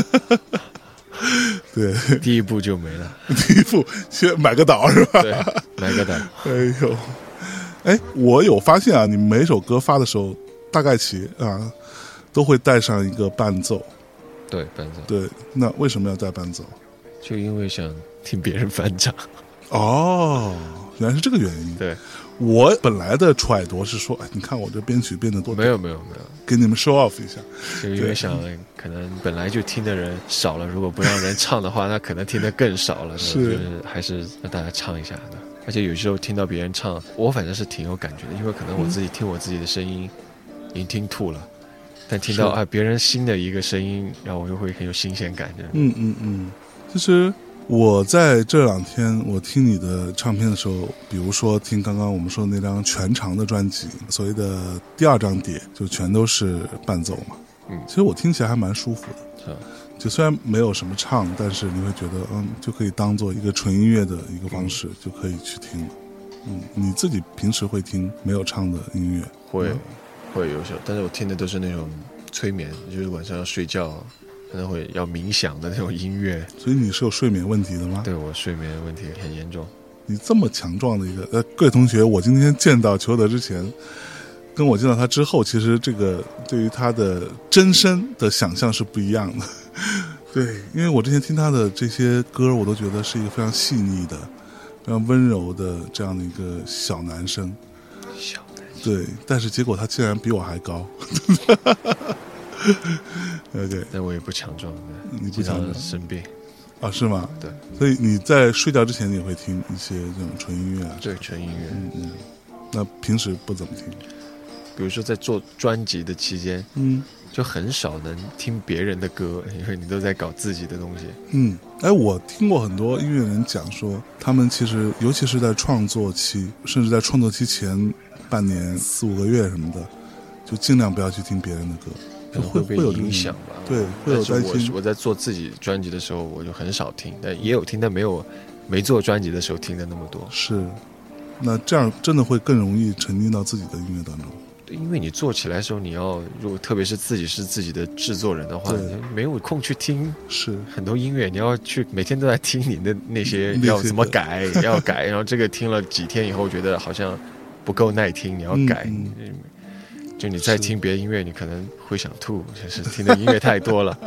对， 第一步就没了。 第一步先买个岛是吧？ 对，买个岛。 哎呦。哎，我有发现啊，你每首歌发的时候，大概其啊，都会带上一个伴奏。 对，伴奏。 对，那为什么要带伴奏？ 就因为想听别人翻唱。 哦，原来是这个原因。 对， 我本来的揣度是说，哎，你看我这编曲编得多， 没有没有没有， 给你们 show off 一下。 就因为想，可能本来就听的人少了，如果不让人唱的话，那可能听得更少了。 是， 就是还是让大家唱一下的。而且有时候听到别人唱，我反正是挺有感觉的，因为可能我自己听我自己的声音已经听吐了，但听到啊别人新的一个声音，然后我就会很有新鲜感的。 嗯嗯嗯，其实我在这两天我听你的唱片的时候，比如说听刚刚我们说的那张全长的专辑，所谓的第二张碟，就全都是伴奏嘛。 嗯， 其实我听起来还蛮舒服的。 是。 就虽然没有什么唱，但是你会觉得嗯，就可以当做一个纯音乐的一个方式，嗯、就可以去听了。嗯，你自己平时会听没有唱的音乐？ 会， 嗯、 会有时候，但是我听的都是那种催眠，就是晚上要睡觉，可能会要冥想的那种音乐。 所以你是有睡眠问题的吗？ 对，我睡眠问题很严重。 你这么强壮的一个呃，各位同学，我今天见到裘德之前，跟我见到他之后，其实这个对于他的真身的想象是不一样的。对，因为我之前听他的这些歌，我都觉得是一个非常细腻的、非常温柔的这样的一个小男生。 小男生。 对，但是结果他竟然比我还高。OK， 但我也不强壮的， 你不强壮， 生病啊？是吗？ 对。 所以你在睡觉之前，你也会听一些这种纯音乐啊？ 对，纯音乐。 嗯嗯。那平时不怎么听？ 比如说在做专辑的期间， 嗯。 就很少能听别人的歌，因为你都在搞自己的东西。 嗯，哎，我听过很多音乐人讲说，他们其实尤其是在创作期，甚至在创作期前半年、四五个月什么的，就尽量不要去听别人的歌， 就会被影响吧。 对，会有担心。 我, 我在做自己专辑的时候，我就很少听，但也有听，但没有没做专辑的时候听的那么多。 是，那这样真的会更容易沉浸到自己的音乐当中。 因为你做起来的时候，你要如果特别是自己是自己的制作人的话，你没有空去听是很多音乐，你要去每天都在听你的那些要怎么改，要改，然后这个听了几天以后觉得好像不够耐听，你要改。嗯嗯、就你再听别的音乐，你可能会想吐，就是听的音乐太多了。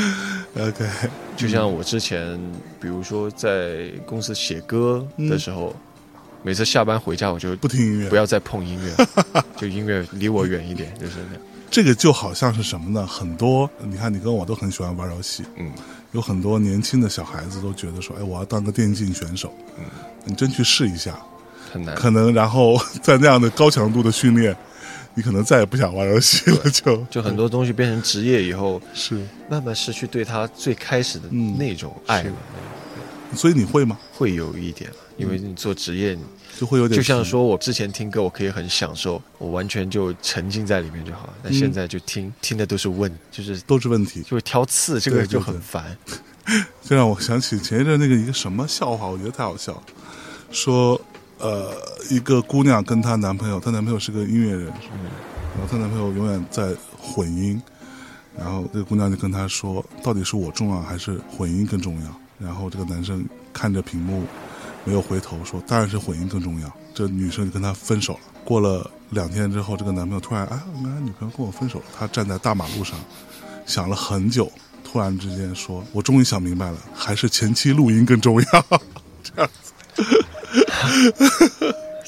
OK， 就像我之前，比如说在公司写歌的时候。嗯每次下班回家我就不听音乐， 不要再碰音乐，就音乐离我远一点，就是那样。 这个就好像是什么呢？很多你看，你跟我都很喜欢玩游戏， 嗯， 有很多年轻的小孩子都觉得说，哎，我要当个电竞选手， 嗯， 你真去试一下， 很难， 可能然后在那样的高强度的训练，你可能再也不想玩游戏了，就就很多东西变成职业以后， 是慢慢失去对他最开始的那种爱了。 嗯、所以你会吗？ 会有一点，因为你做职业， 就会有点， 就像说我之前听歌，我可以很享受，我完全就沉浸在里面就好。但现在就听、嗯、听的都是问，就是都是问题， 就会挑刺，这个就很烦。 这让我想起前一阵那个一个什么笑话，我觉得太好笑了。说呃，一个姑娘跟她男朋友，她男朋友是个音乐人，嗯，然后她男朋友永远在混音，然后这个姑娘就跟他说，到底是我重要还是混音更重要？然后这个男生看着屏幕没有回头说，当然是混音更重要。这女生就跟他分手了。过了两天之后，这个男朋友突然，哎，原来女朋友跟我分手了。他站在大马路上想了很久，突然之间说，我终于想明白了，还是前期录音更重要。这样子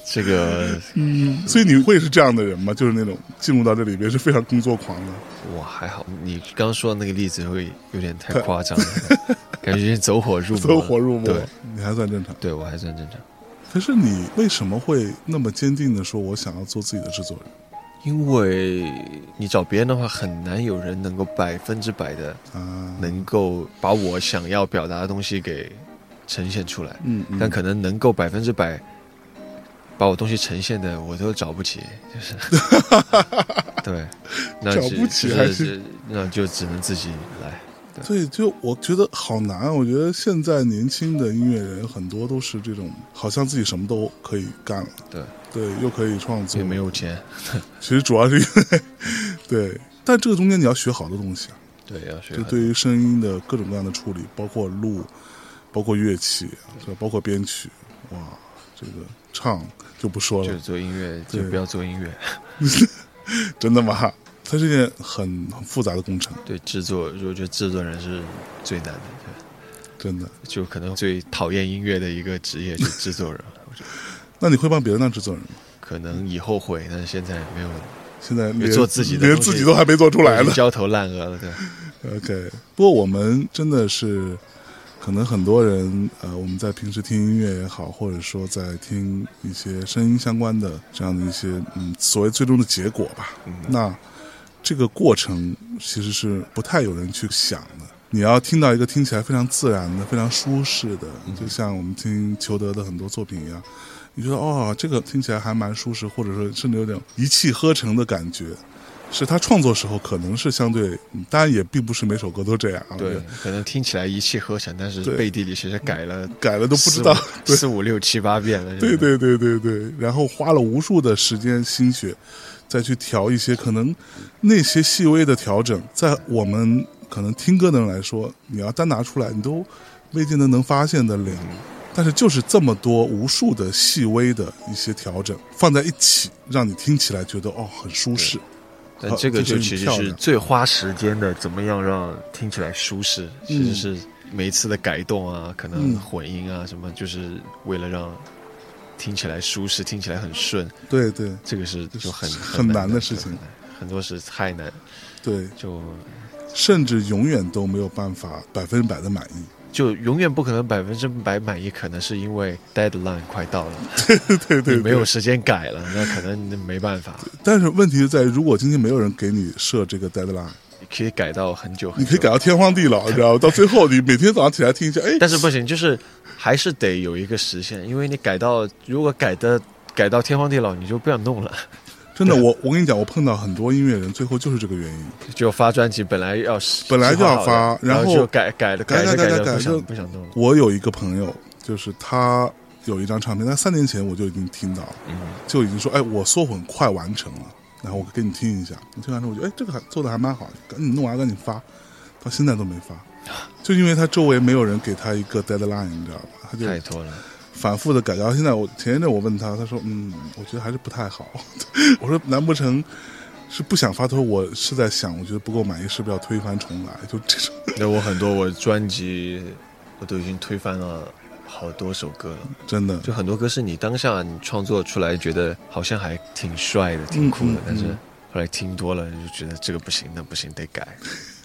这个嗯，所以你会是这样的人吗？就是那种进入到这里边是非常工作狂的。 我还好，你刚刚说的那个例子会有点太夸张了，感觉走火入魔。 走火入魔， 对， 你还算正常。 对我还算正常。 可是你为什么会那么坚定的说我想要做自己的制作人？ 因为你找别人的话，很难有人能够百分之百的啊， 能够把我想要表达的东西给呈现出来。 嗯，嗯但可能能够百分之百把我东西呈现的，我都找不起，就是对，那找不起还是那就只能自己来。 对，就我觉得好难。我觉得现在年轻的音乐人很多都是这种，好像自己什么都可以干了。 对对，又可以创作， 也没有钱。 其实主要是因为对，但这个中间你要学好多东西啊。 对，要学。 就对于声音的各种各样的处理，包括录，包括乐器，包括编曲，哇，这个唱就不说了。 就做音乐，就不要做音乐。 真的吗？它是一件很很复杂的工程。 对，制作，我觉得制作人是最难的。 对，真的， 就可能最讨厌音乐的一个职业就是制作人。我觉得那你会帮别人当制作人吗？ 可能以后会，但是现在没有。 现在连做自己的连自己都还没做出来呢， 焦头烂额了。 对 ，OK。不过我们真的是，可能很多人呃，我们在平时听音乐也好，或者说在听一些声音相关的这样的一些嗯，所谓最终的结果吧。嗯、那这个过程其实是不太有人去想的。你要听到一个听起来非常自然的、非常舒适的，就像我们听裘德的很多作品一样，你觉得哦，这个听起来还蛮舒适，或者说甚至有点一气呵成的感觉。是他创作时候可能是相对，当然也并不是每首歌都这样。 对，可能听起来一气呵成，但是背地里其实改了， 改了都不知道四五六七八遍了。 对对对对对，然后花了无数的时间心血，再去调一些可能那些细微的调整，在我们可能听歌的人来说，你要单拿出来，你都未见得能发现得了。但是就是这么多无数的细微的一些调整放在一起，让你听起来觉得哦很舒适。 但这个就其实是最花时间的，怎么样让听起来舒适？其实是每一次的改动啊，可能混音啊什么，就是为了让听起来舒适，听起来很顺。 对对， 这个是就很很难的事情， 很多是太难。 对， 就甚至永远都没有办法百分之百的满意。 就永远不可能百分之百满意，可能是因为 deadline 快到了， 对对 对, 对， 你没有时间改了，那可能没办法。 但是问题就在于，如果今天没有人给你设这个 deadline， 你可以改到很久很久， 你可以改到天荒地老，你知道吗？到最后你每天早上起来听一下，哎， 但是不行，就是还是得有一个时限，因为你改到如果改的改到天荒地老，你就不想弄了。 真的，我我跟你讲，我碰到很多音乐人，最后就是这个原因。 就发专辑本来要本来就要发， 然后就改改的改改改改改， 不想不想弄。 我有一个朋友，就是他有一张唱片，他三年前我就已经听到了，嗯、就已经说，哎，我缩混快完成了，然后我给你听一下。你听完之后，我觉得，哎，这个还做的还蛮好的，赶紧弄完赶紧发，到现在都没发，就因为他周围没有人给他一个 deadline， 你知道吧？他就太拖了。 反复的改革，现在我前一阵我问他，他说嗯，我觉得还是不太好。我说难不成是不想发？他说我是在想，我觉得不够满意，是不是要推翻重来？就这种。 那我很多我专辑我都已经推翻了好多首歌了， 真的。 就很多歌是你当下你创作出来觉得好像还挺帅的、挺酷的，嗯嗯嗯、但是后来听多了就觉得这个不行，那不行，得改。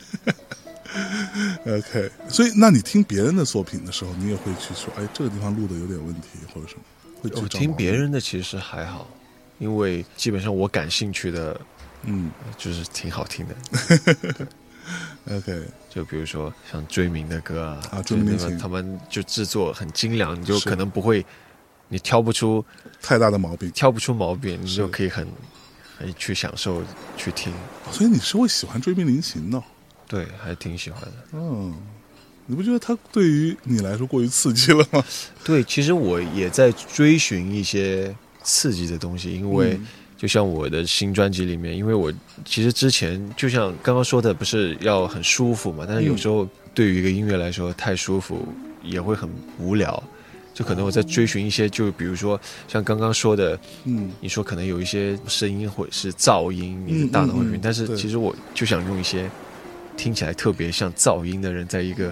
OK， 所以那你听别人的作品的时候，你也会去说，哎，这个地方录的有点问题，或者什么？会去我听别人的其实还好，因为基本上我感兴趣的，嗯，就是挺好听的。 OK， 就比如说像追名的歌啊， 啊，追名的他们就制作很精良，你就可能不会，你挑不出太大的毛病， 挑不出毛病，你就可以很很去享受去听。 所以你是会喜欢追名林檎的？ 对，还挺喜欢的。 嗯，你不觉得它对于你来说过于刺激了吗？ 对，其实我也在追寻一些刺激的东西，因为就像我的新专辑里面，因为我其实之前就像刚刚说的，不是要很舒服嘛，但是有时候对于一个音乐来说，太舒服也会很无聊。就可能我在追寻一些，就比如说像刚刚说的，嗯，你说可能有一些声音或者是噪音，你的大脑会晕，但是其实我就想用一些听起来特别像噪音的人，在一个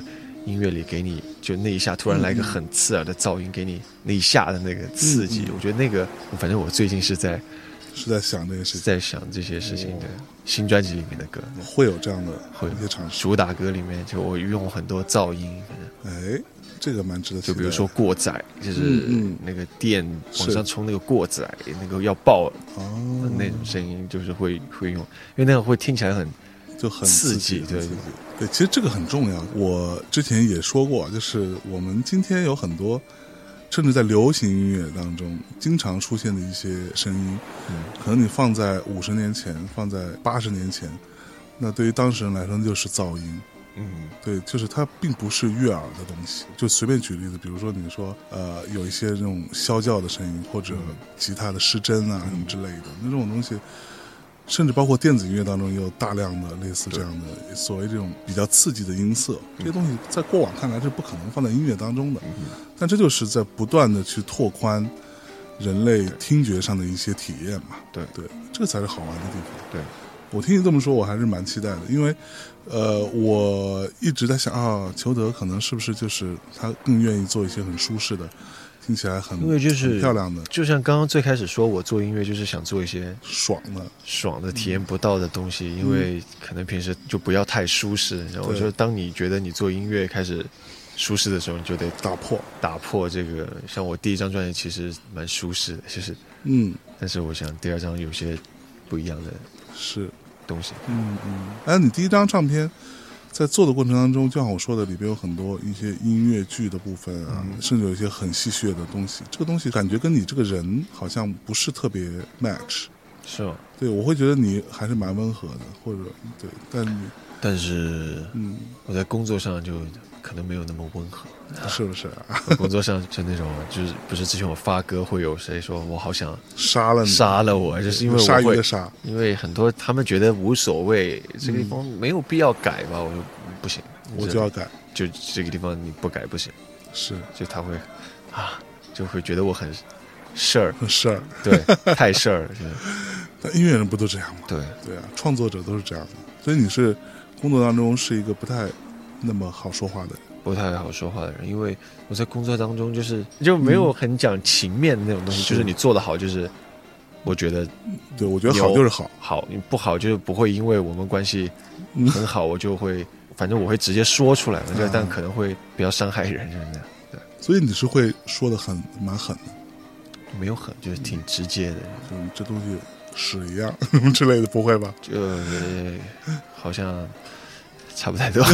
音乐里给你就那一下突然来个很刺耳的噪音，给你那一下的那个刺激， 嗯嗯我觉得那个反正我最近是在是在想这个事情， 在想这些事情的。新专辑里面的歌会有这样的会一些尝试， 主打歌里面就我用很多噪音，反正哎，这个蛮值得期待的。 就比如说过载，就是嗯嗯那个电往上冲那个过载，那个要爆哦那种声音，就是会会用，因为那个会听起来很就很刺激， 激，对刺激对，其实这个很重要。我之前也说过，就是我们今天有很多，甚至在流行音乐当中经常出现的一些声音， 嗯， 可能你放在五十年前，放在八十年前，那对于当事人来说就是噪音。 嗯， 对，就是它并不是悦耳的东西。就随便举例子，比如说你说，呃，有一些这种啸叫的声音，或者吉他的失真啊、 嗯、 什么之类的，那种东西，甚至包括电子音乐当中也有大量的类似这样的所谓这种比较刺激的音色，这些东西在过往看来是不可能放在音乐当中的， 嗯、 但这就是在不断的去拓宽人类听觉上的一些体验嘛。 对对，这个才是好玩的地方。 对。 我听你这么说，我还是蛮期待的，因为，呃，我一直在想啊，裘德可能是不是就是他更愿意做一些很舒适的，听起来很因为就是很漂亮的， 就像刚刚最开始说，我做音乐就是想做一些爽的、 爽的、体验不到的东西，嗯、因为可能平时就不要太舒适。然后我觉得，当你觉得你做音乐开始舒适的时候，你就得打破打破这个。像我第一张专辑其实蛮舒适的，就是嗯， 但是我想第二张有些不一样的。 是东西， 嗯嗯。哎，你第一张唱片在做的过程当中，就像我说的，里边有很多一些音乐剧的部分啊，嗯、甚至有一些很戏谑的东西。这个东西感觉跟你这个人好像不是特别 match， 是吗？ 对，我会觉得你还是蛮温和的，或者对，但你但是， 嗯， 我在工作上就可能没有那么温和。 是不是啊？ 我工作上就那种，就是不是之前我发歌会有谁说我好想杀了你， 杀了我，就是因为我会鲨鱼的杀， 因为很多他们觉得无所谓，这个地方没有必要改吧，我说不行， 我就要改， 就这个地方你不改不行， 是， 就他会啊，就会觉得我很事儿， 很事儿， 对，太事儿。 但音乐人不都这样吗？ 对， 对啊，创作者都是这样的，所以你是工作当中是一个不太那么好说话的人。 不太好说话的人，因为我在工作当中就是就没有很讲情面的那种东西，嗯、就是你做得好，就是我觉得， 对我觉得好就是好， 好你不好就是不会因为我们关系很好，嗯、我就会反正我会直接说出来，我觉得但可能会比较伤害人，就是那样。对， 所以你是会说的很蛮狠的， 没有狠，就是挺直接的， 嗯，这东西屎一样之类的，不会吧？ 就、呃、好像差不太多。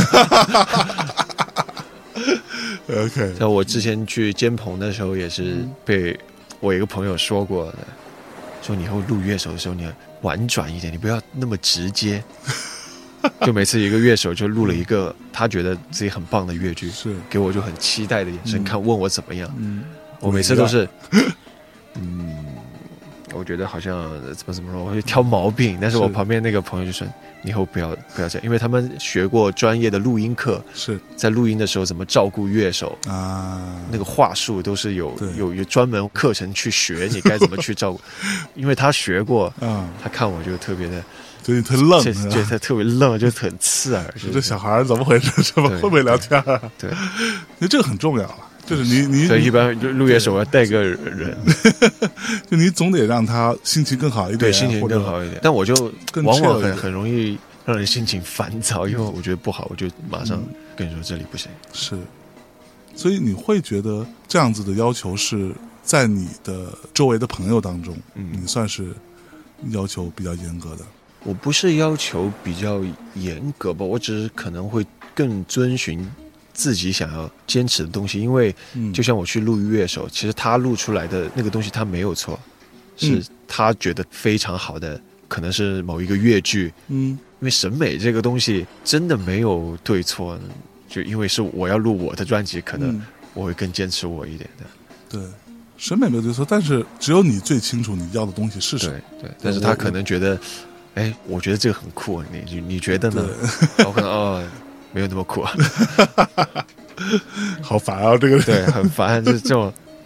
OK， 像我之前去监棚的时候，也是被我一个朋友说过的，说你以后录乐手的时候，你要婉转一点，你不要那么直接。就每次一个乐手就录了一个他觉得自己很棒的乐句， 是给我就很期待的眼神看，问我怎么样。 嗯， 我每次都是，嗯，我觉得好像怎么怎么说，我会挑毛病。但是我旁边那个朋友就说，你以后不要不要这样，因为他们学过专业的录音课， 是在录音的时候怎么照顾乐手啊， 那个话术都是有有有专门课程去学，你该怎么去照顾。因为他学过，啊，他看我就特别的。 对，特愣， 觉得他特别愣，就很刺耳。 这小孩怎么回事？怎么会不会聊天啊？ 对， 那这个很重要啊。就是你你所以一般录乐手要带个人， 就你总得让他心情更好一点， 对，心情更好一点。但我就往往很很容易让人心情烦躁，因为我觉得不好，我就马上跟你说这里不行。 是，所以你会觉得这样子的要求是在你的周围的朋友当中，嗯，你算是要求比较严格的。 我不是要求比较严格吧，我只是可能会更遵循自己想要坚持的东西，因为就像我去录乐手，其实他录出来的那个东西他没有错，是他觉得非常好的，可能是某一个乐句，嗯，因为审美这个东西真的没有对错，就因为是我要录我的专辑，可能我会更坚持我一点的。 对，审美没有对错，但是只有你最清楚你要的东西是什么。 对对，但是他可能觉得，哎，我觉得这个很酷，你你觉得呢？我可能哦。没有那么酷啊， 好烦啊！这个对，很烦，就是这种。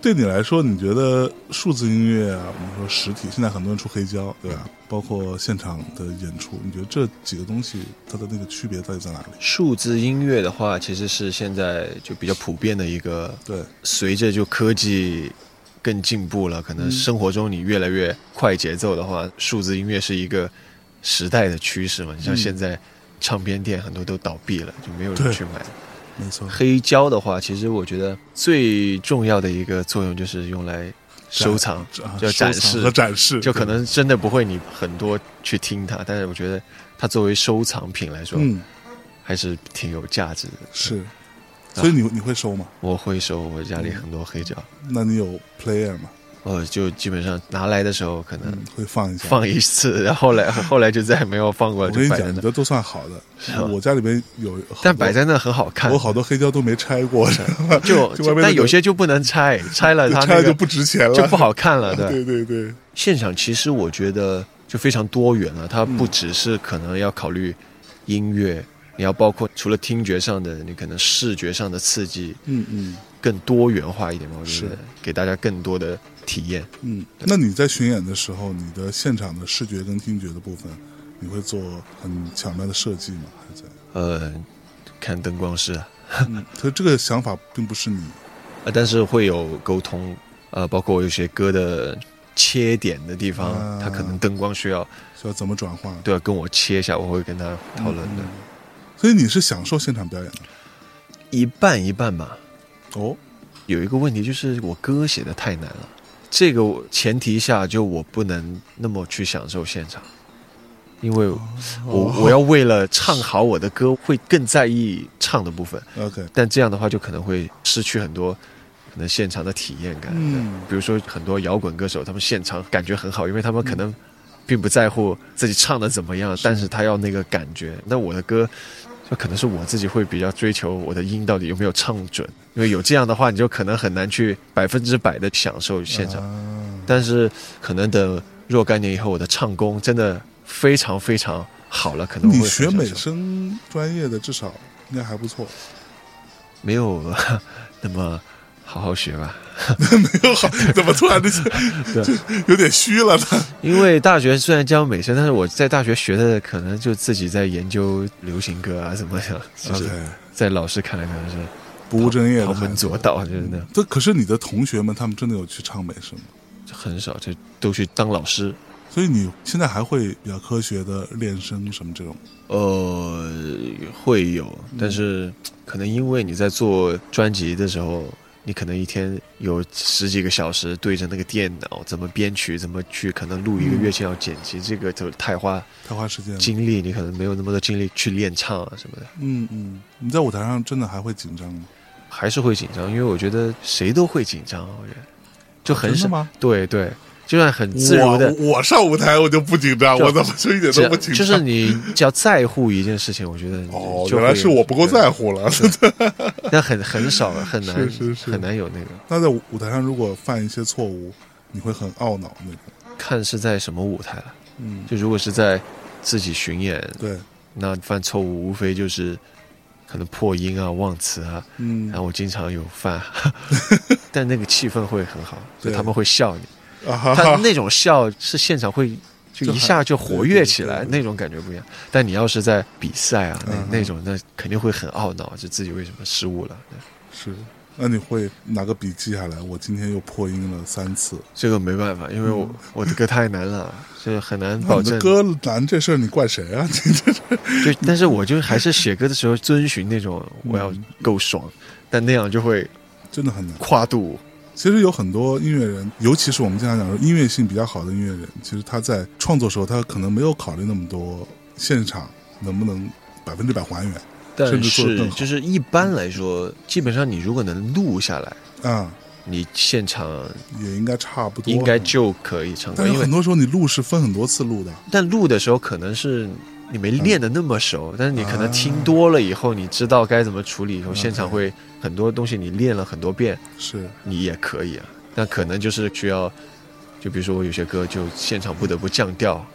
对你来说，你觉得数字音乐啊，我们说实体，现在很多人出黑胶，对吧？包括现场的演出，你觉得这几个东西它的那个区别到底在哪里？ 数字音乐的话，其实是现在就比较普遍的一个， 对， 随着就科技更进步了，可能生活中你越来越快节奏的话，嗯、数字音乐是一个时代的趋势嘛。你像现在唱片店很多都倒闭了，就没有人去买。 没错。 黑胶的话，其实我觉得最重要的一个作用就是用来收藏，就展示和展示， 就可能真的不会你很多去听它，但是我觉得它作为收藏品来说，嗯，还是挺有价值的。 是，所以你、啊、你会收吗？ 我会收，我家里很多黑胶。 嗯、那你有 player 吗？ 呃，就基本上拿来的时候可能、 嗯、会放一下， 放一次，然后后来后来就再也没有放过。 我跟你讲，你这都算好的。我家里面有， 但摆在那很好看。 我好多黑胶都没拆过， 就就但有些就不能拆，拆了它、那个、 拆了就不值钱了， 就不好看了。对对对对。 现场其实我觉得就非常多元了，它不只是可能要考虑音乐，嗯、你要包括除了听觉上的，你可能视觉上的刺激， 嗯嗯， 更多元化一点嘛。我觉得给大家更多的体验。 嗯，那你在巡演的时候，你的现场的视觉跟听觉的部分，你会做很巧妙的设计吗？还在？ 呃，看灯光师啊。 嗯，可是这个想法并不是你， 呃，但是会有沟通，呃，包括我有些歌的切点的地方，啊、它可能灯光需要需要怎么转化， 对、啊，跟我切一下，我会跟他讨论的、嗯。 所以你是享受现场表演的？ 一半一半吧。 哦， 有一个问题就是我歌写的太难了。这个前提下，就我不能那么去享受现场，因为我、哦、我要为了唱好我的歌，会更在意唱的部分。 OK， 但这样的话就可能会失去很多可能现场的体验感。 嗯， 比如说很多摇滚歌手，他们现场感觉很好，因为他们可能并不在乎自己唱的怎么样，但是他要那个感觉。那我的歌，就可能是我自己会比较追求我的音到底有没有唱准，因为有这样的话，你就可能很难去百分之百的享受现场。啊、但是可能等若干年以后，我的唱功真的非常非常好了，可能会你学美声专业的至少应该还不错， 没有那么好好学吧。 没有好，怎么突然就有点虚了呢？ 因为大学虽然教美声，但是我在大学学的可能就自己在研究流行歌啊什么的，就是在老师看来可能是不务正业的旁门左道，就是那样。 这可是你的同学们，他们真的有去唱美声吗？ 很少，就都去当老师。 所以你现在还会比较科学的练声什么这种？ 呃，会有，但是可能因为你在做专辑的时候。你可能一天有十几个小时对着那个电脑，怎么编曲，怎么去可能录一个乐器要剪辑，嗯、这个就太花太花时间了， 精力你可能没有那么多精力去练唱啊什么的。 嗯嗯，你在舞台上真的还会紧张吗？ 还是会紧张，因为我觉得谁都会紧张，我觉得就很少、 哦、吗？ 对对。就算很自如的， 我, 我上舞台我就不紧张，我怎么就一点都不紧张？ 就是你只要在乎一件事情，我觉得哦，原来是我不够在乎了。 但很很少，很难， 是是是， 很难有那个。 那在舞台上如果犯一些错误，你会很懊恼那种？ 看是在什么舞台了。 嗯， 就如果是在自己巡演， 对， 那犯错误无非就是可能破音啊、忘词啊。 嗯， 然后我经常有犯，但那个气氛会很好，就他们会笑你。他那种笑是现场会就一下就活跃起来，那种感觉不一样。但你要是在比赛啊，那、嗯、那种那肯定会很懊恼，就自己为什么失误了。 是，那你会拿个笔记下来？我今天又破音了三次， 这个没办法，因为我、嗯、我的歌太难了，所以很难保证。 你的歌难这事儿你怪谁啊？ 就但是我就还是写歌的时候遵循那种我要够爽，嗯、但那样就会真的很难跨度。 其实有很多音乐人，尤其是我们经常讲说音乐性比较好的音乐人，其实他在创作时候，他可能没有考虑那么多现场能不能百分之百还原， 但甚至做得更好。就是一般来说，基本上你如果能录下来啊， 你现场也应该差不多， 应该就可以唱歌。 但是很多时候你录是分很多次录的， 但录的时候可能是你没练得那么熟，嗯、但是你可能听多了以后，你知道该怎么处理以后，现场会。很多东西你练了很多遍， 是你也可以啊。那可能就是需要，就比如说我有些歌就现场不得不降调，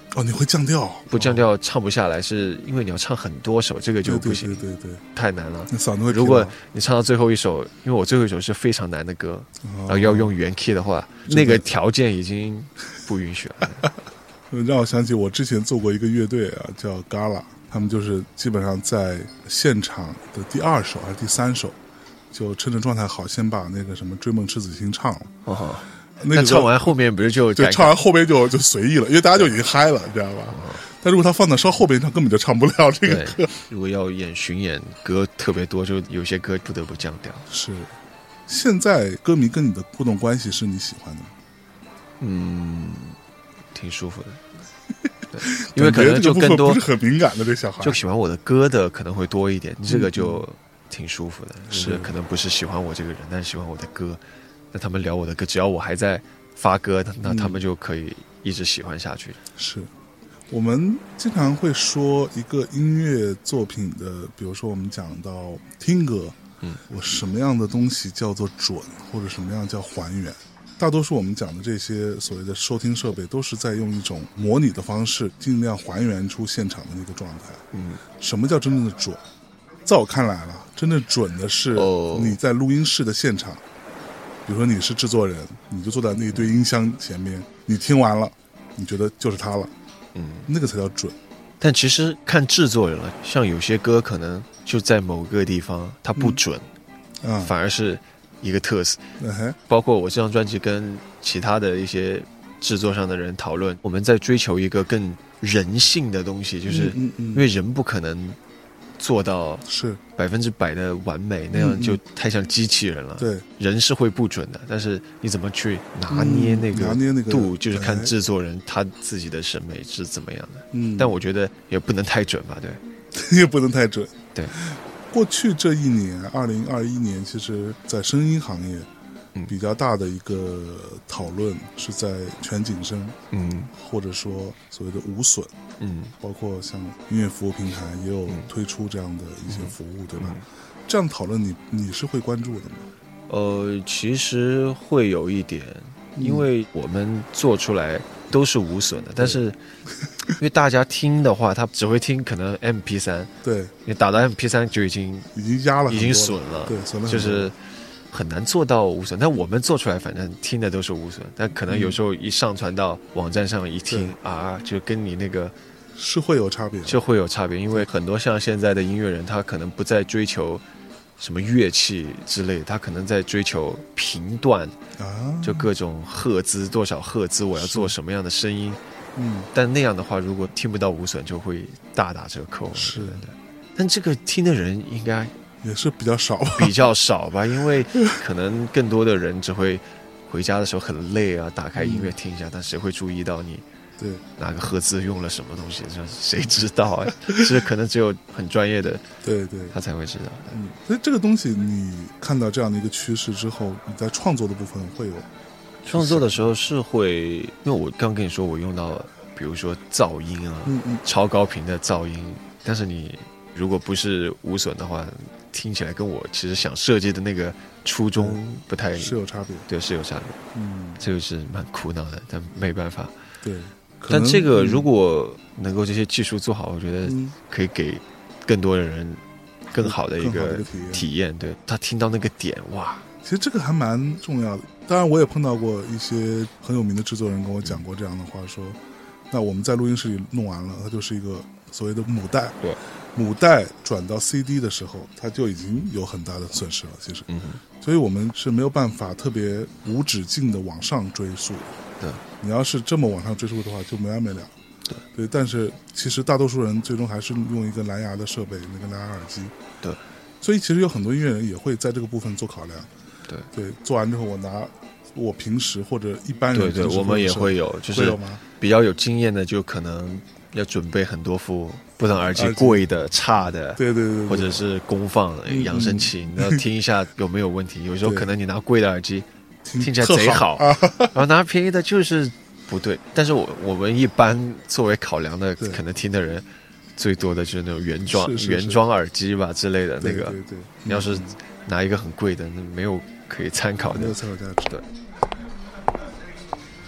哦，你会降调？ 不降调唱不下来，是因为你要唱很多首，这个就不行， 对对对对， 太难了。 那嗓子会。 如果你唱到最后一首，因为我最后一首是非常难的歌，哦、然后要用原 key 的话，那个条件已经不允许了。 让我想起我之前做过一个乐队啊，叫 Gala， 他们就是基本上在现场的第二首还是第三首，就趁着状态好，先把那个什么《追梦赤子心》唱了。哦， 那个唱完后面不是就对，唱完后面就就随意了，因为大家就已经嗨了，你知道吧？哦、但如果他放到稍后边唱，根本就唱不了这个歌。 如果要演巡演，歌特别多，就有些歌不得不降调。 是，现在歌迷跟你的互动关系是你喜欢的吗？ 嗯。挺舒服的，对，因为可能就更多不是很敏感的这小孩， 就喜欢我的歌的可能会多一点，嗯、这个就挺舒服的。是可能不是喜欢我这个人，但是喜欢我的歌。那他们聊我的歌，只要我还在发歌，那他们就可以一直喜欢下去。嗯、 是我们经常会说一个音乐作品的，比如说我们讲到听歌，嗯，我什么样的东西叫做准，或者什么样叫还原。大多数我们讲的这些所谓的收听设备都是在用一种模拟的方式尽量还原出现场的那个状态。嗯，什么叫真正的准？在我看来了，真正准的是你在录音室的现场，比如说你是制作人，你就坐在那堆音箱前面，你听完了你觉得就是它了，嗯，那个才叫准。 但其实看制作人了，像有些歌可能就在某个地方它不准，嗯啊、反而是一个特色。uh-huh. 包括我这张专辑跟其他的一些制作上的人讨论，我们在追求一个更人性的东西，就是因为人不可能做到是百分之百的完美，那样就太像机器人了。 对， 人是会不准的，但是你怎么去拿捏那个度，就是看制作人他自己的审美是怎么样的。嗯，但我觉得也不能太准吧，对， 也不能太准。 对。 过去这一年，二零二一年，其实在声音行业比较大的一个讨论是在全景声，嗯，或者说所谓的无损，嗯，包括像音乐服务平台也有推出这样的一些服务，对吧？这样讨论你你是会关注的吗？ 呃，其实会有一点，因为我们做出来都是无损的，但是因为大家听的话，他只会听可能 M P 三， 对， 你打到 M P 三就已经已经压了， 已经损了， 对，损了， 就是很难做到无损。但我们做出来，反正听的都是无损，但可能有时候一上传到网站上一听、嗯、啊，就跟你那个是会有差别， 就会有差别，因为很多像现在的音乐人，他可能不再追求什么乐器之类，他可能在追求频段啊，就各种赫兹，多少赫兹，我要做什么样的声音。嗯，但那样的话，如果听不到无损，就会大打折扣。 是的， 但这个听的人应该也是比较少吧， 比较少吧，因为可能更多的人只会回家的时候很累啊，打开音乐听一下，嗯、但谁会注意到你？ 对， 哪个赫兹用了什么东西？这谁知道啊？这可能只有很专业的， 对对， 他才会知道。 嗯，所以这个东西，你看到这样的一个趋势之后，你在创作的部分会有创作的时候是会，因为我刚跟你说，我用到比如说噪音啊，嗯嗯，超高频的噪音，但是你如果不是无损的话，听起来跟我其实想设计的那个初衷不太， 是有差别， 对，是有差别。嗯，这个是蛮苦恼的，但没办法。 对。 但这个如果能够这些技术做好，我觉得可以给更多的人更好的一个体验。对，他听到那个点，哇， 其实这个还蛮重要的。当然，我也碰到过一些很有名的制作人跟我讲过这样的话，说，那我们在录音室里弄完了，它就是一个所谓的母带。 对， 母带转到 C D 的时候，它就已经有很大的损失了。其实，嗯，所以我们是没有办法特别无止境的往上追溯的。 对， 你要是这么往上追溯的话，就没完没了。对对，但是其实大多数人最终还是用一个蓝牙的设备，那个蓝牙耳机。 对， 所以其实有很多音乐人也会在这个部分做考量。 对对，做完之后我拿我平时或者一般人， 对对，我们也会有，就是比较有经验的，就可能要准备很多副不同耳机，贵的、差的， 对对 对, 对， 或者是功放的、嗯、扬声器，你要听一下有没有问题。有时候可能你拿贵的耳机。听起来贼好，好啊、然后拿便宜的就是不对。但是我我们一般作为考量的，可能听的人最多的就是那种原装是是是原装耳机吧之类的那个。 对对对， 你要是拿一个很贵的，那没有可以参考的， 没有参考价值。 对。 打扰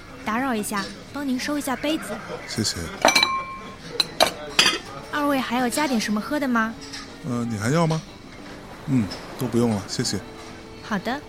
扰一下，帮您收一下杯子。 谢谢。 二位还要加点什么喝的吗？ 呃，你还要吗？嗯，都不用了，谢谢。 好的。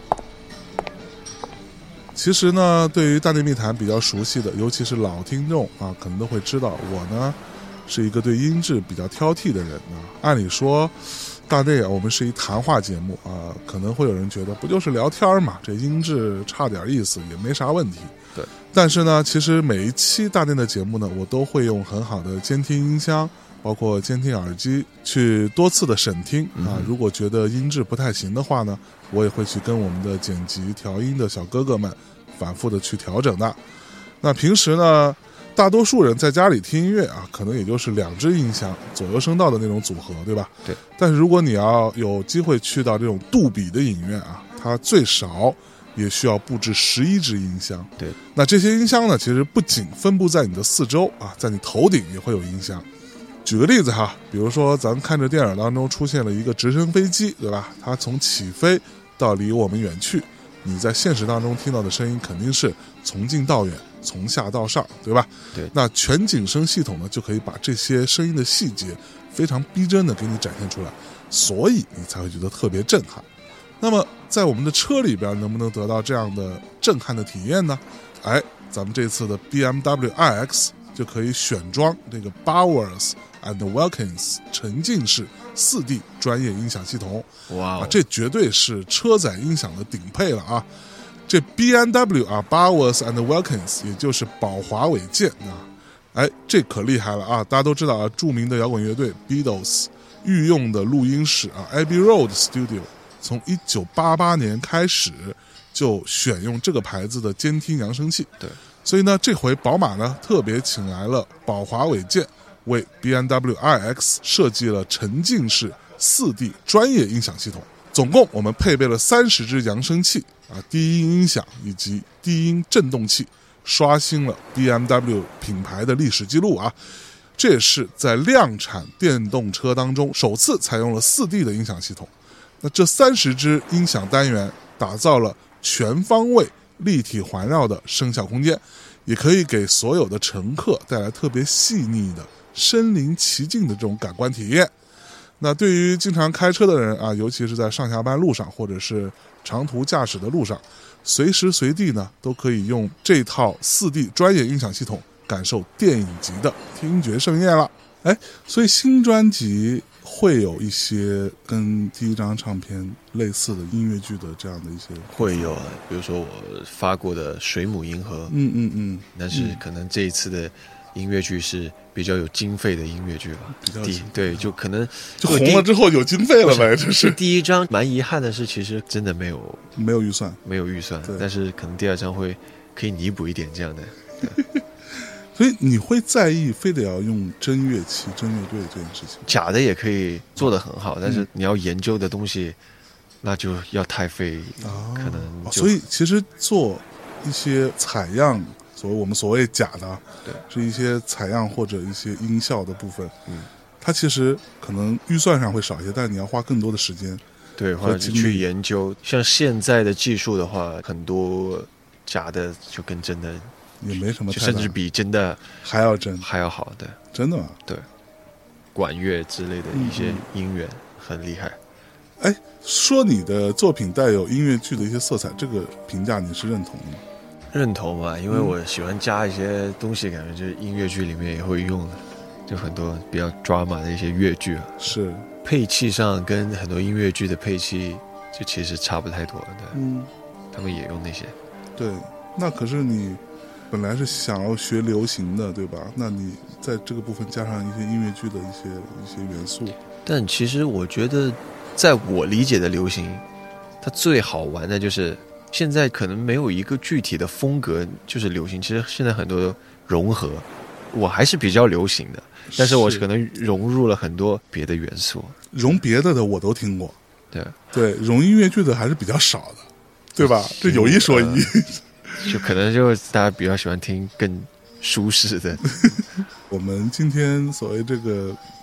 其实呢，对于大内密谈比较熟悉的，尤其是老听众啊，可能都会知道，我呢是一个对音质比较挑剔的人啊。按理说，大内啊，我们是一谈话节目啊，可能会有人觉得不就是聊天嘛，这音质差点意思也没啥问题。 对。 但是呢，其实每一期大内的节目呢，我都会用很好的监听音箱，包括监听耳机去多次的审听啊。如果觉得音质不太行的话呢，我也会去跟我们的剪辑调音的小哥哥们反复的去调整的。那平时呢，大多数人在家里听音乐啊，可能也就是两只音箱左右声道的那种组合，对吧？ 对。 但是如果你要有机会去到这种杜比的影院啊，它最少也需要布置十一只音箱。 对。 那这些音箱呢，其实不仅分布在你的四周啊，在你头顶也会有音箱。举个例子哈，比如说咱看着电影当中出现了一个直升飞机，对吧？它从起飞到离我们远去，你在现实当中听到的声音肯定是从近到远，从下到上，对吧？ 对。 那全景声系统呢，就可以把这些声音的细节非常逼真的给你展现出来，所以你才会觉得特别震撼。那么在我们的车里边能不能得到这样的震撼的体验呢？哎，咱们这次的 B M W i X 就可以选装这个 Bowers and Wilkins 沉浸式 四 D 专业音响系统。 哇、wow 啊，这绝对是车载音响的顶配了啊！这 B M W 啊 Bowers and Wilkins 也就是宝华韦健啊，哎，这可厉害了啊！大家都知道啊，著名的摇滚乐队 Beatles 御用的录音室啊 Abbey Road Studio 从一九八八年开始就选用这个牌子的监听扬声器。 对。 所以呢，这回宝马呢特别请来了宝华韦健，为 B M W i X 设计了沉浸式 四 D 专业音响系统。总共我们配备了三十支扬声器啊、低音音响以及低音振动器，刷新了 B M W 品牌的历史记录啊！这也是在量产电动车当中首次采用了 四 D 的音响系统。那这三十支音响单元打造了全方位立体环绕的声效空间，也可以给所有的乘客带来特别细腻的身临其境的这种感官体验。那对于经常开车的人啊，尤其是在上下班路上或者是长途驾驶的路上，随时随地呢都可以用这套 四 D 专业音响系统感受电影级的听觉盛宴了。哎，所以新专辑会有一些跟第一张唱片类似的音乐剧的这样的一些会有啊，比如说我发过的《水母银河》， 嗯嗯嗯， 但是可能这一次的音乐剧是比较有经费的音乐剧吧， 比较第对，就可能就红了之后有经费了呗，这是第一张蛮遗憾的是，其实真的没有没有预算， 没有预算，但是可能第二张会可以弥补一点这样的。 所以你会在意非得要用真乐器、真乐队这件事情？ 假的也可以做得很好，但是你要研究的东西，那就要太费， 哦、 可能就。 所以其实做一些采样，所谓我们所谓假的， 对， 是一些采样或者一些音效的部分， 嗯， 它其实可能预算上会少一些，但你要花更多的时间， 对，或者去研究。像现在的技术的话，很多假的就跟真的。 也没什么太大， 甚至比真的还要真， 还要好的， 真的吗？ 对，管乐之类的一些音源、嗯、很厉害。 哎，说你的作品带有音乐剧的一些色彩，这个评价你是认同的吗？ 认同吧，因为我喜欢加一些东西，感觉就是音乐剧里面也会用的，就很多比较 drama 的一些乐剧啊， 是配器上跟很多音乐剧的配器就其实差不太多的， 嗯， 他们也用那些。 对，那可是你本来是想要学流行的，对吧？那你在这个部分加上一些音乐剧的一些一些元素。 但其实我觉得，在我理解的流行，它最好玩的就是现在可能没有一个具体的风格就是流行。其实现在很多融合，我还是比较流行的，但是我可能融入了很多别的元素。 融别的的我都听过， 对对，融音乐剧的还是比较少的，对吧？这有一说一。呃就可能就大家比较喜欢听更舒适的。 我们今天所谓这个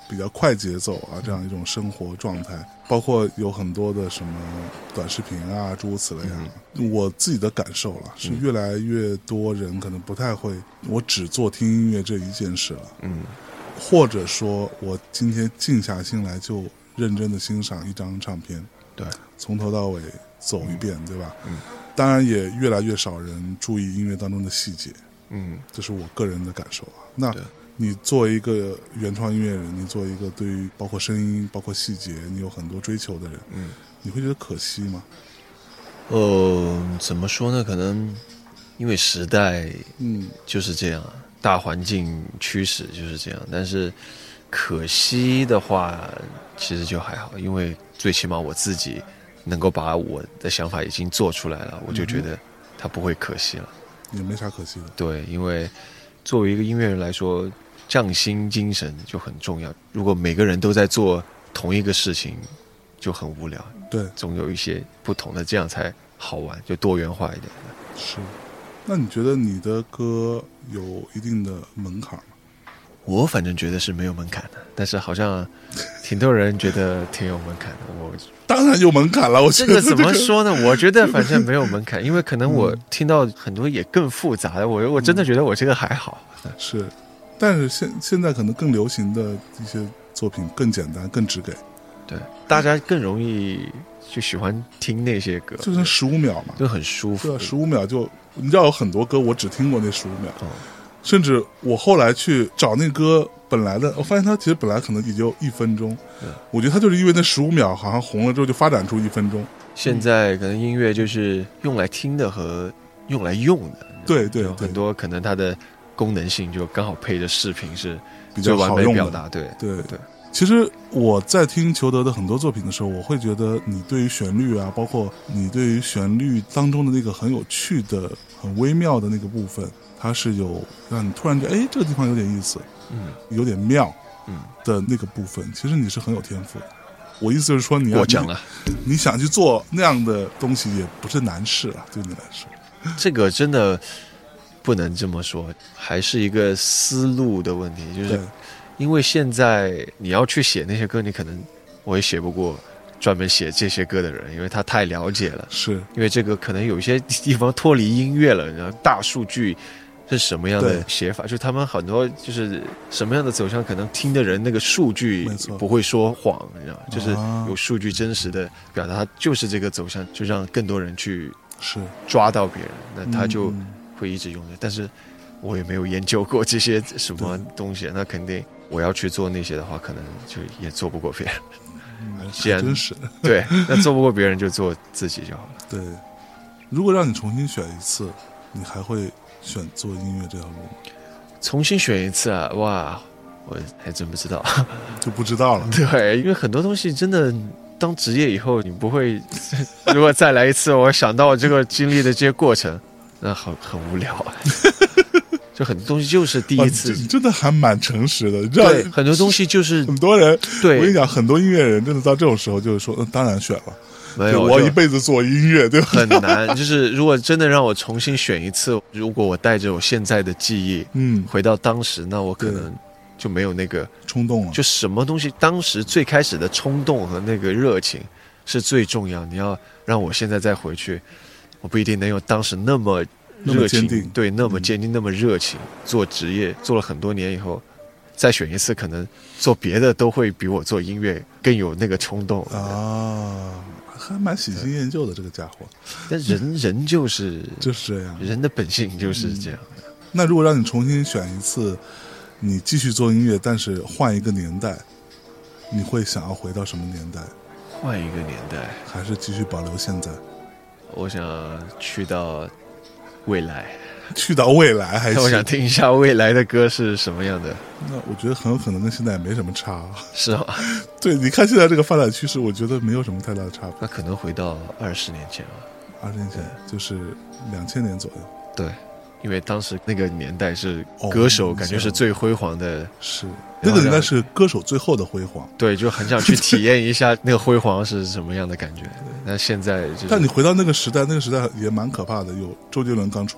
比较快节奏啊这样一种生活状态，包括有很多的什么短视频啊诸如此类啊、嗯、我自己的感受了是越来越多人可能不太会我只做听音乐这一件事了，嗯，或者说我今天静下心来就认真的欣赏一张唱片， 对，从头到尾走一遍、嗯、对吧，嗯，当然也越来越少人注意音乐当中的细节，嗯，这是我个人的感受啊。那你作为一个原创音乐人，你作为一个对于包括声音包括细节你有很多追求的人，嗯，你会觉得可惜吗？ 呃，怎么说呢，可能因为时代嗯就是这样、嗯、大环境驱使就是这样，但是可惜的话其实就还好，因为最起码我自己能够把我的想法已经做出来了，我就觉得它不会可惜了， 也没啥可惜的。 对，因为作为一个音乐人来说，匠心精神就很重要，如果每个人都在做同一个事情就很无聊， 对， 总有一些不同的，这样才好玩，就多元化一点。 是，那你觉得你的歌有一定的门槛吗？ 我反正觉得是没有门槛的，但是好像挺多人觉得挺有门槛的。我当然有门槛了，我觉得、 这个怎么说呢？我觉得反正没有门槛，因为可能我听到很多也更复杂的，我我真的觉得我这个还好。 是，但是现现在可能更流行的一些作品更简单、更直给， 对，大家更容易就喜欢听那些歌， 就像十五秒嘛， 就很舒服。 对，十五秒就你知道有很多歌我只听过那十五秒。嗯，甚至我后来去找那歌本来的，我发现它其实本来可能也就一分钟，我觉得它就是因为那十五秒好像红了之后就发展出一分钟。 现在可能音乐就是用来听的和用来用的， 对对对， 很多可能它的功能性就刚好配着视频是比较完美表达。对对对。其实我在听裘德的很多作品的时候，我会觉得你对于旋律啊，包括你对于旋律当中的那个很有趣的很微妙的那个部分，它是有让你突然觉得哎这个地方有点意思，嗯，有点妙，嗯的那个部分，其实你是很有天赋的。我意思就是说你要我讲了你, 你想去做那样的东西也不是难事了，对你来说这个真的不能这么说，还是一个思路的问题，就是因为现在你要去写那些歌，你可能我也写不过专门写这些歌的人，因为他太了解了， 是因为这个可能有一些地方脱离音乐了，然后大数据是什么样的写法，就是他们很多就是什么样的走向，可能听的人那个数据不会说谎，你知道吗？就是有数据真实的表达，它就是这个走向，就让更多人去是抓到别人，那他就会一直用的、嗯、但是我也没有研究过这些什么东西，那肯定我要去做那些的话，可能就也做不过别人。 嗯、既然真是对，那做不过别人就做自己就好了。 对，如果让你重新选一次，你还会选做音乐这条路吗？ 重新选一次啊，哇，我还真不知道， 就不知道了。 对，因为很多东西真的当职业以后，你不会，如果再来一次，我想到我这个经历的这些过程，那很很无聊啊。就很多东西就是第一次， 你真的还蛮诚实的。你知道对，很多东西就是很多人， 对我跟你讲，很多音乐人真的到这种时候就是说，嗯，当然选了。 没有， 我一辈子做音乐，对吧？ 很难。就是如果真的让我重新选一次，如果我带着我现在的记忆，嗯，回到当时，那我可能就没有那个冲动了。 就什么东西，当时最开始的冲动和那个热情是最重要。你要让我现在再回去，我不一定能有当时那么热情，对，那么坚定，那么热情。做职业做了很多年以后，再选一次，可能做别的都会比我做音乐更有那个冲动啊。还蛮喜新厌旧的这个家伙， 但人人就是就是这样， 人的本性就是这样的、嗯。 那如果让你重新选一次，你继续做音乐，但是换一个年代，你会想要回到什么年代？ 换一个年代， 还是继续保留现在？ 我想去到未来。 去到未来还是？ 我想听一下未来的歌是什么样的。 那我觉得很有可能跟现在也没什么差。 是吗？ 对，你看现在这个发展趋势，我觉得没有什么太大的差别。 那可能回到二十年前了。 二十年前就是两千年左右。 对，因为当时那个年代是歌手感觉是最辉煌的。哦、 是那个年代是歌手最后的辉煌。 对，就很想去体验一下那个辉煌是什么样的感觉。那现在、就是， 但你回到那个时代，那个时代也蛮可怕的。有周杰伦刚出来。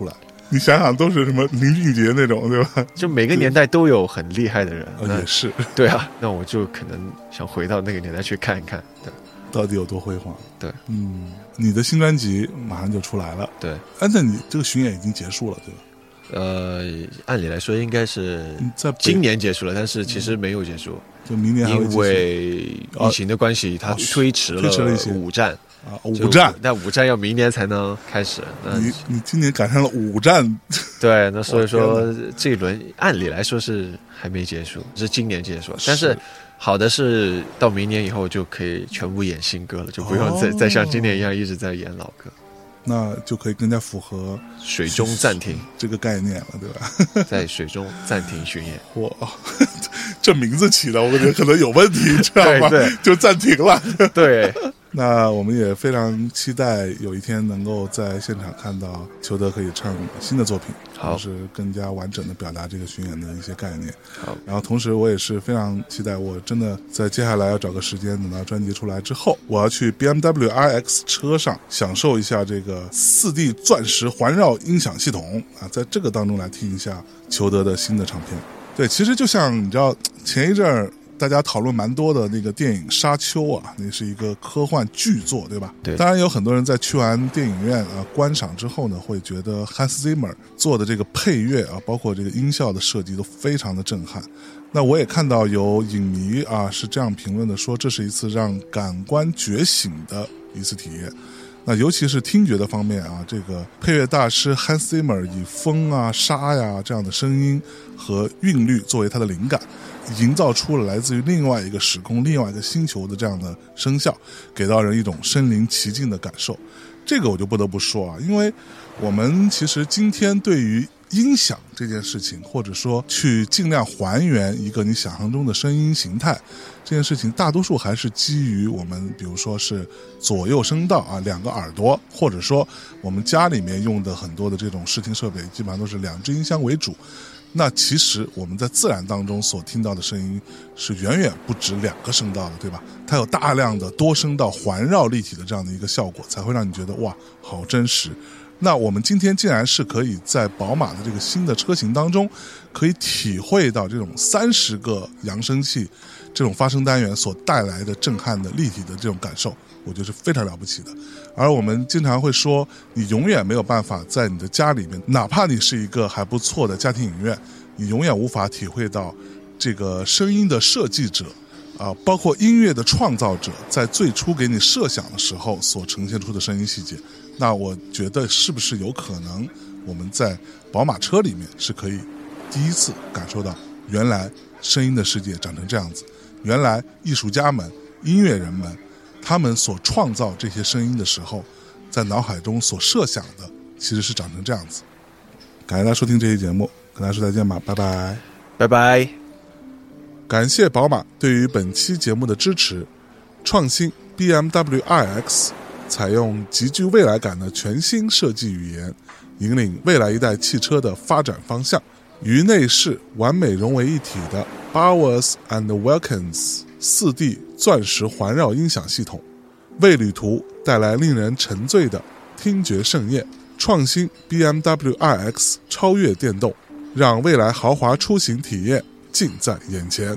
你想想都是什么林俊杰那种，对吧？ 就每个年代都有很厉害的人， 呃、也是。 对啊，那我就可能想回到那个年代去看一看，对， 到底有多辉煌？ 对， 嗯，你的新专辑马上就出来了， 对， 哎，那你这个巡演已经结束了，对吧？ 呃，按理来说应该是在今年结束了，但是其实没有结束， 就明年还会继续， 因为疫情的关系，它推迟了推迟了一些五站啊，五站， 那五站要明年才能开始。那你你今年赶上了五站， 对，那所以说这一轮按理来说是还没结束，是今年结束，但是好的是到明年以后就可以全部演新歌了，就不用再、哦、再像今年一样一直在演老歌。 那就可以更加符合水中暂停这个概念了，对吧？ 在水中暂停巡演， 哇，这名字起的我觉得可能有问题，知道吗？ 对对， 就暂停了。 对， 那我们也非常期待有一天能够在现场看到裘德可以唱新的作品， 好， 就是更加完整的表达这个巡演的一些概念。 好， 然后同时我也是非常期待，我真的在接下来要找个时间，等到专辑出来之后，我要去 B M W I X 车上享受一下这个四 D 钻石环绕音响系统啊，在这个当中来听一下裘德的新的唱片。对，其实就像你知道前一阵儿大家讨论蛮多的那个电影《沙丘》啊，那是一个科幻巨作，对吧？ 对。 当然有很多人在去完电影院啊观赏之后呢，会觉得 Hans Zimmer 做的这个配乐啊，包括这个音效的设计都非常的震撼。那我也看到有影迷啊是这样评论的，说这是一次让感官觉醒的一次体验。那尤其是听觉的方面啊，这个配乐大师 Hans Zimmer 以风啊、沙呀这样的声音和韵律作为他的灵感，营造出了来自于另外一个时空、另外一个星球的这样的声效，给到人一种身临其境的感受。这个我就不得不说啊，因为我们其实今天对于音响这件事情，或者说去尽量还原一个你想象中的声音形态，这件事情大多数还是基于我们比如说是左右声道啊，两个耳朵，或者说我们家里面用的很多的这种视听设备基本上都是两只音箱为主。那其实我们在自然当中所听到的声音是远远不止两个声道的，对吧？它有大量的多声道环绕立体的这样的一个效果，才会让你觉得哇，好真实。那我们今天竟然是可以在宝马的这个新的车型当中，可以体会到这种三十个扬声器这种发声单元所带来的震撼的立体的这种感受，我觉得是非常了不起的。而我们经常会说，你永远没有办法在你的家里面，哪怕你是一个还不错的家庭影院，你永远无法体会到这个声音的设计者啊，包括音乐的创造者在最初给你设想的时候所呈现出的声音细节。那我觉得是不是有可能我们在宝马车里面是可以第一次感受到原来声音的世界长成这样子，原来艺术家们、音乐人们他们所创造这些声音的时候，在脑海中所设想的其实是长成这样子。感谢大家收听这期节目，跟大家说再见吧，拜拜， 拜拜。 感谢宝马对于本期节目的支持。创新 B M W i X 采用极具未来感的全新设计语言，引领未来一代汽车的发展方向。与内饰完美融为一体的 Bowers and Wilkins 四 D 钻石环绕音响系统，为旅途带来令人沉醉的听觉盛宴。创新 B M W i X 超越电动，让未来豪华出行体验近在眼前。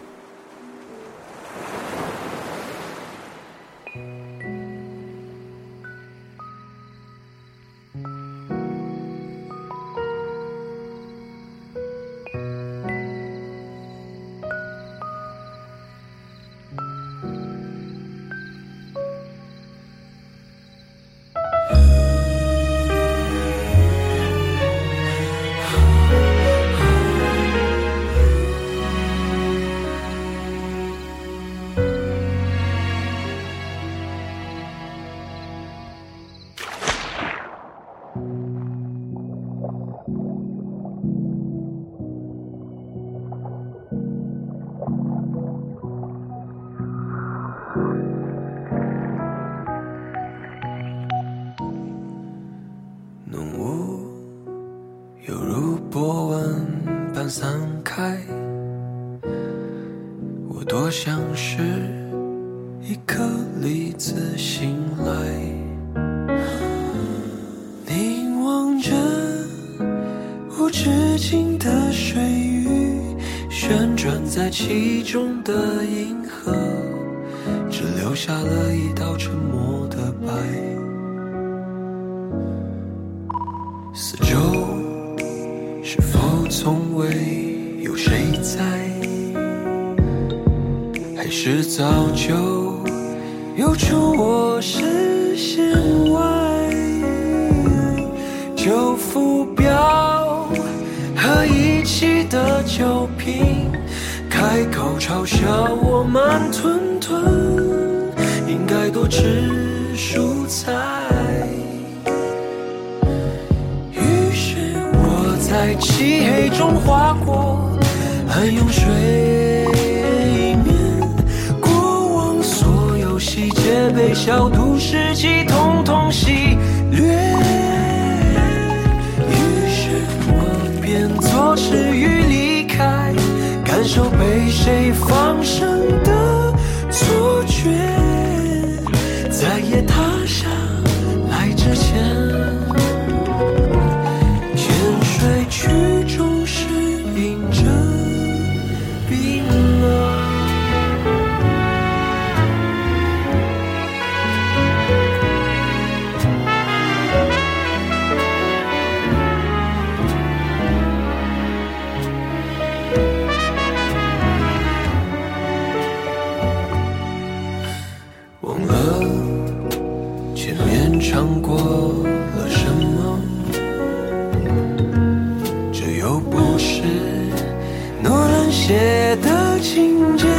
散开，我多像是一颗粒子醒来，凝望着旋转在其中的银河，只留下了一道沉默的白。四周是否从未有谁在，还是早就游出我视线外？旧浮标和遗弃的酒瓶，开口嘲笑我慢吞吞，应该多吃蔬菜。于是我在漆黑中划过暗涌水面，过往所有细节被小都市记统统洗略。左翅与离开，感受被谁放生的错觉，在夜踏下来之前，浅水曲中适应着冰冷。唱过了什么？这又不是诺兰写的情节。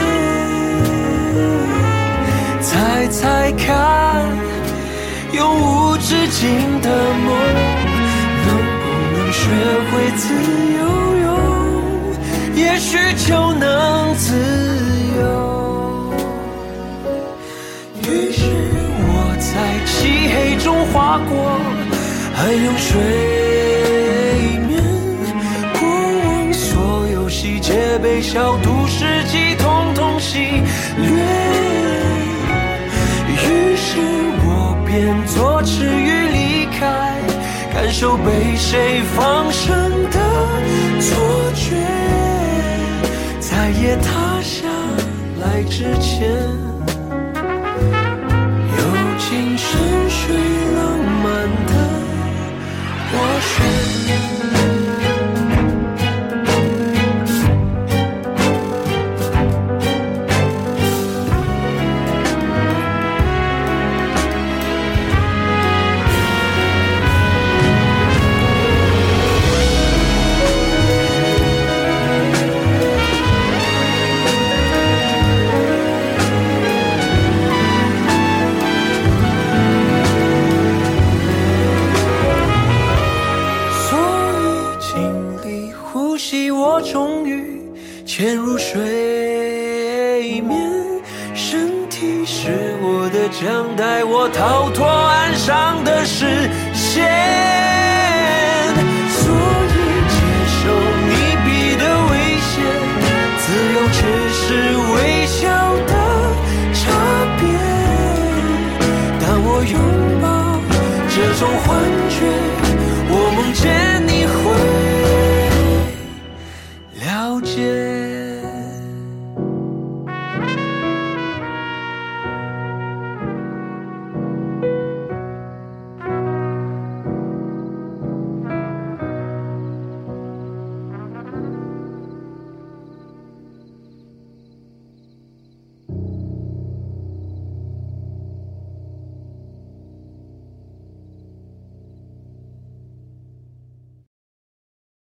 猜猜看，永无止境的梦，能不能学会自由泳？也许就能自由。于是我在漆黑中划过暗涌水面，过往所有细节被小都市记统统洗略。于是我便左翅与离开，感受被谁放生的错觉，在夜踏下来之前，深水浪漫的斡旋。我终于潜入水面，身体是我的桨带，我逃脱岸上的视线，所以接受密闭的危险，自由只是微小的差别。当我拥抱这种幻觉，我梦见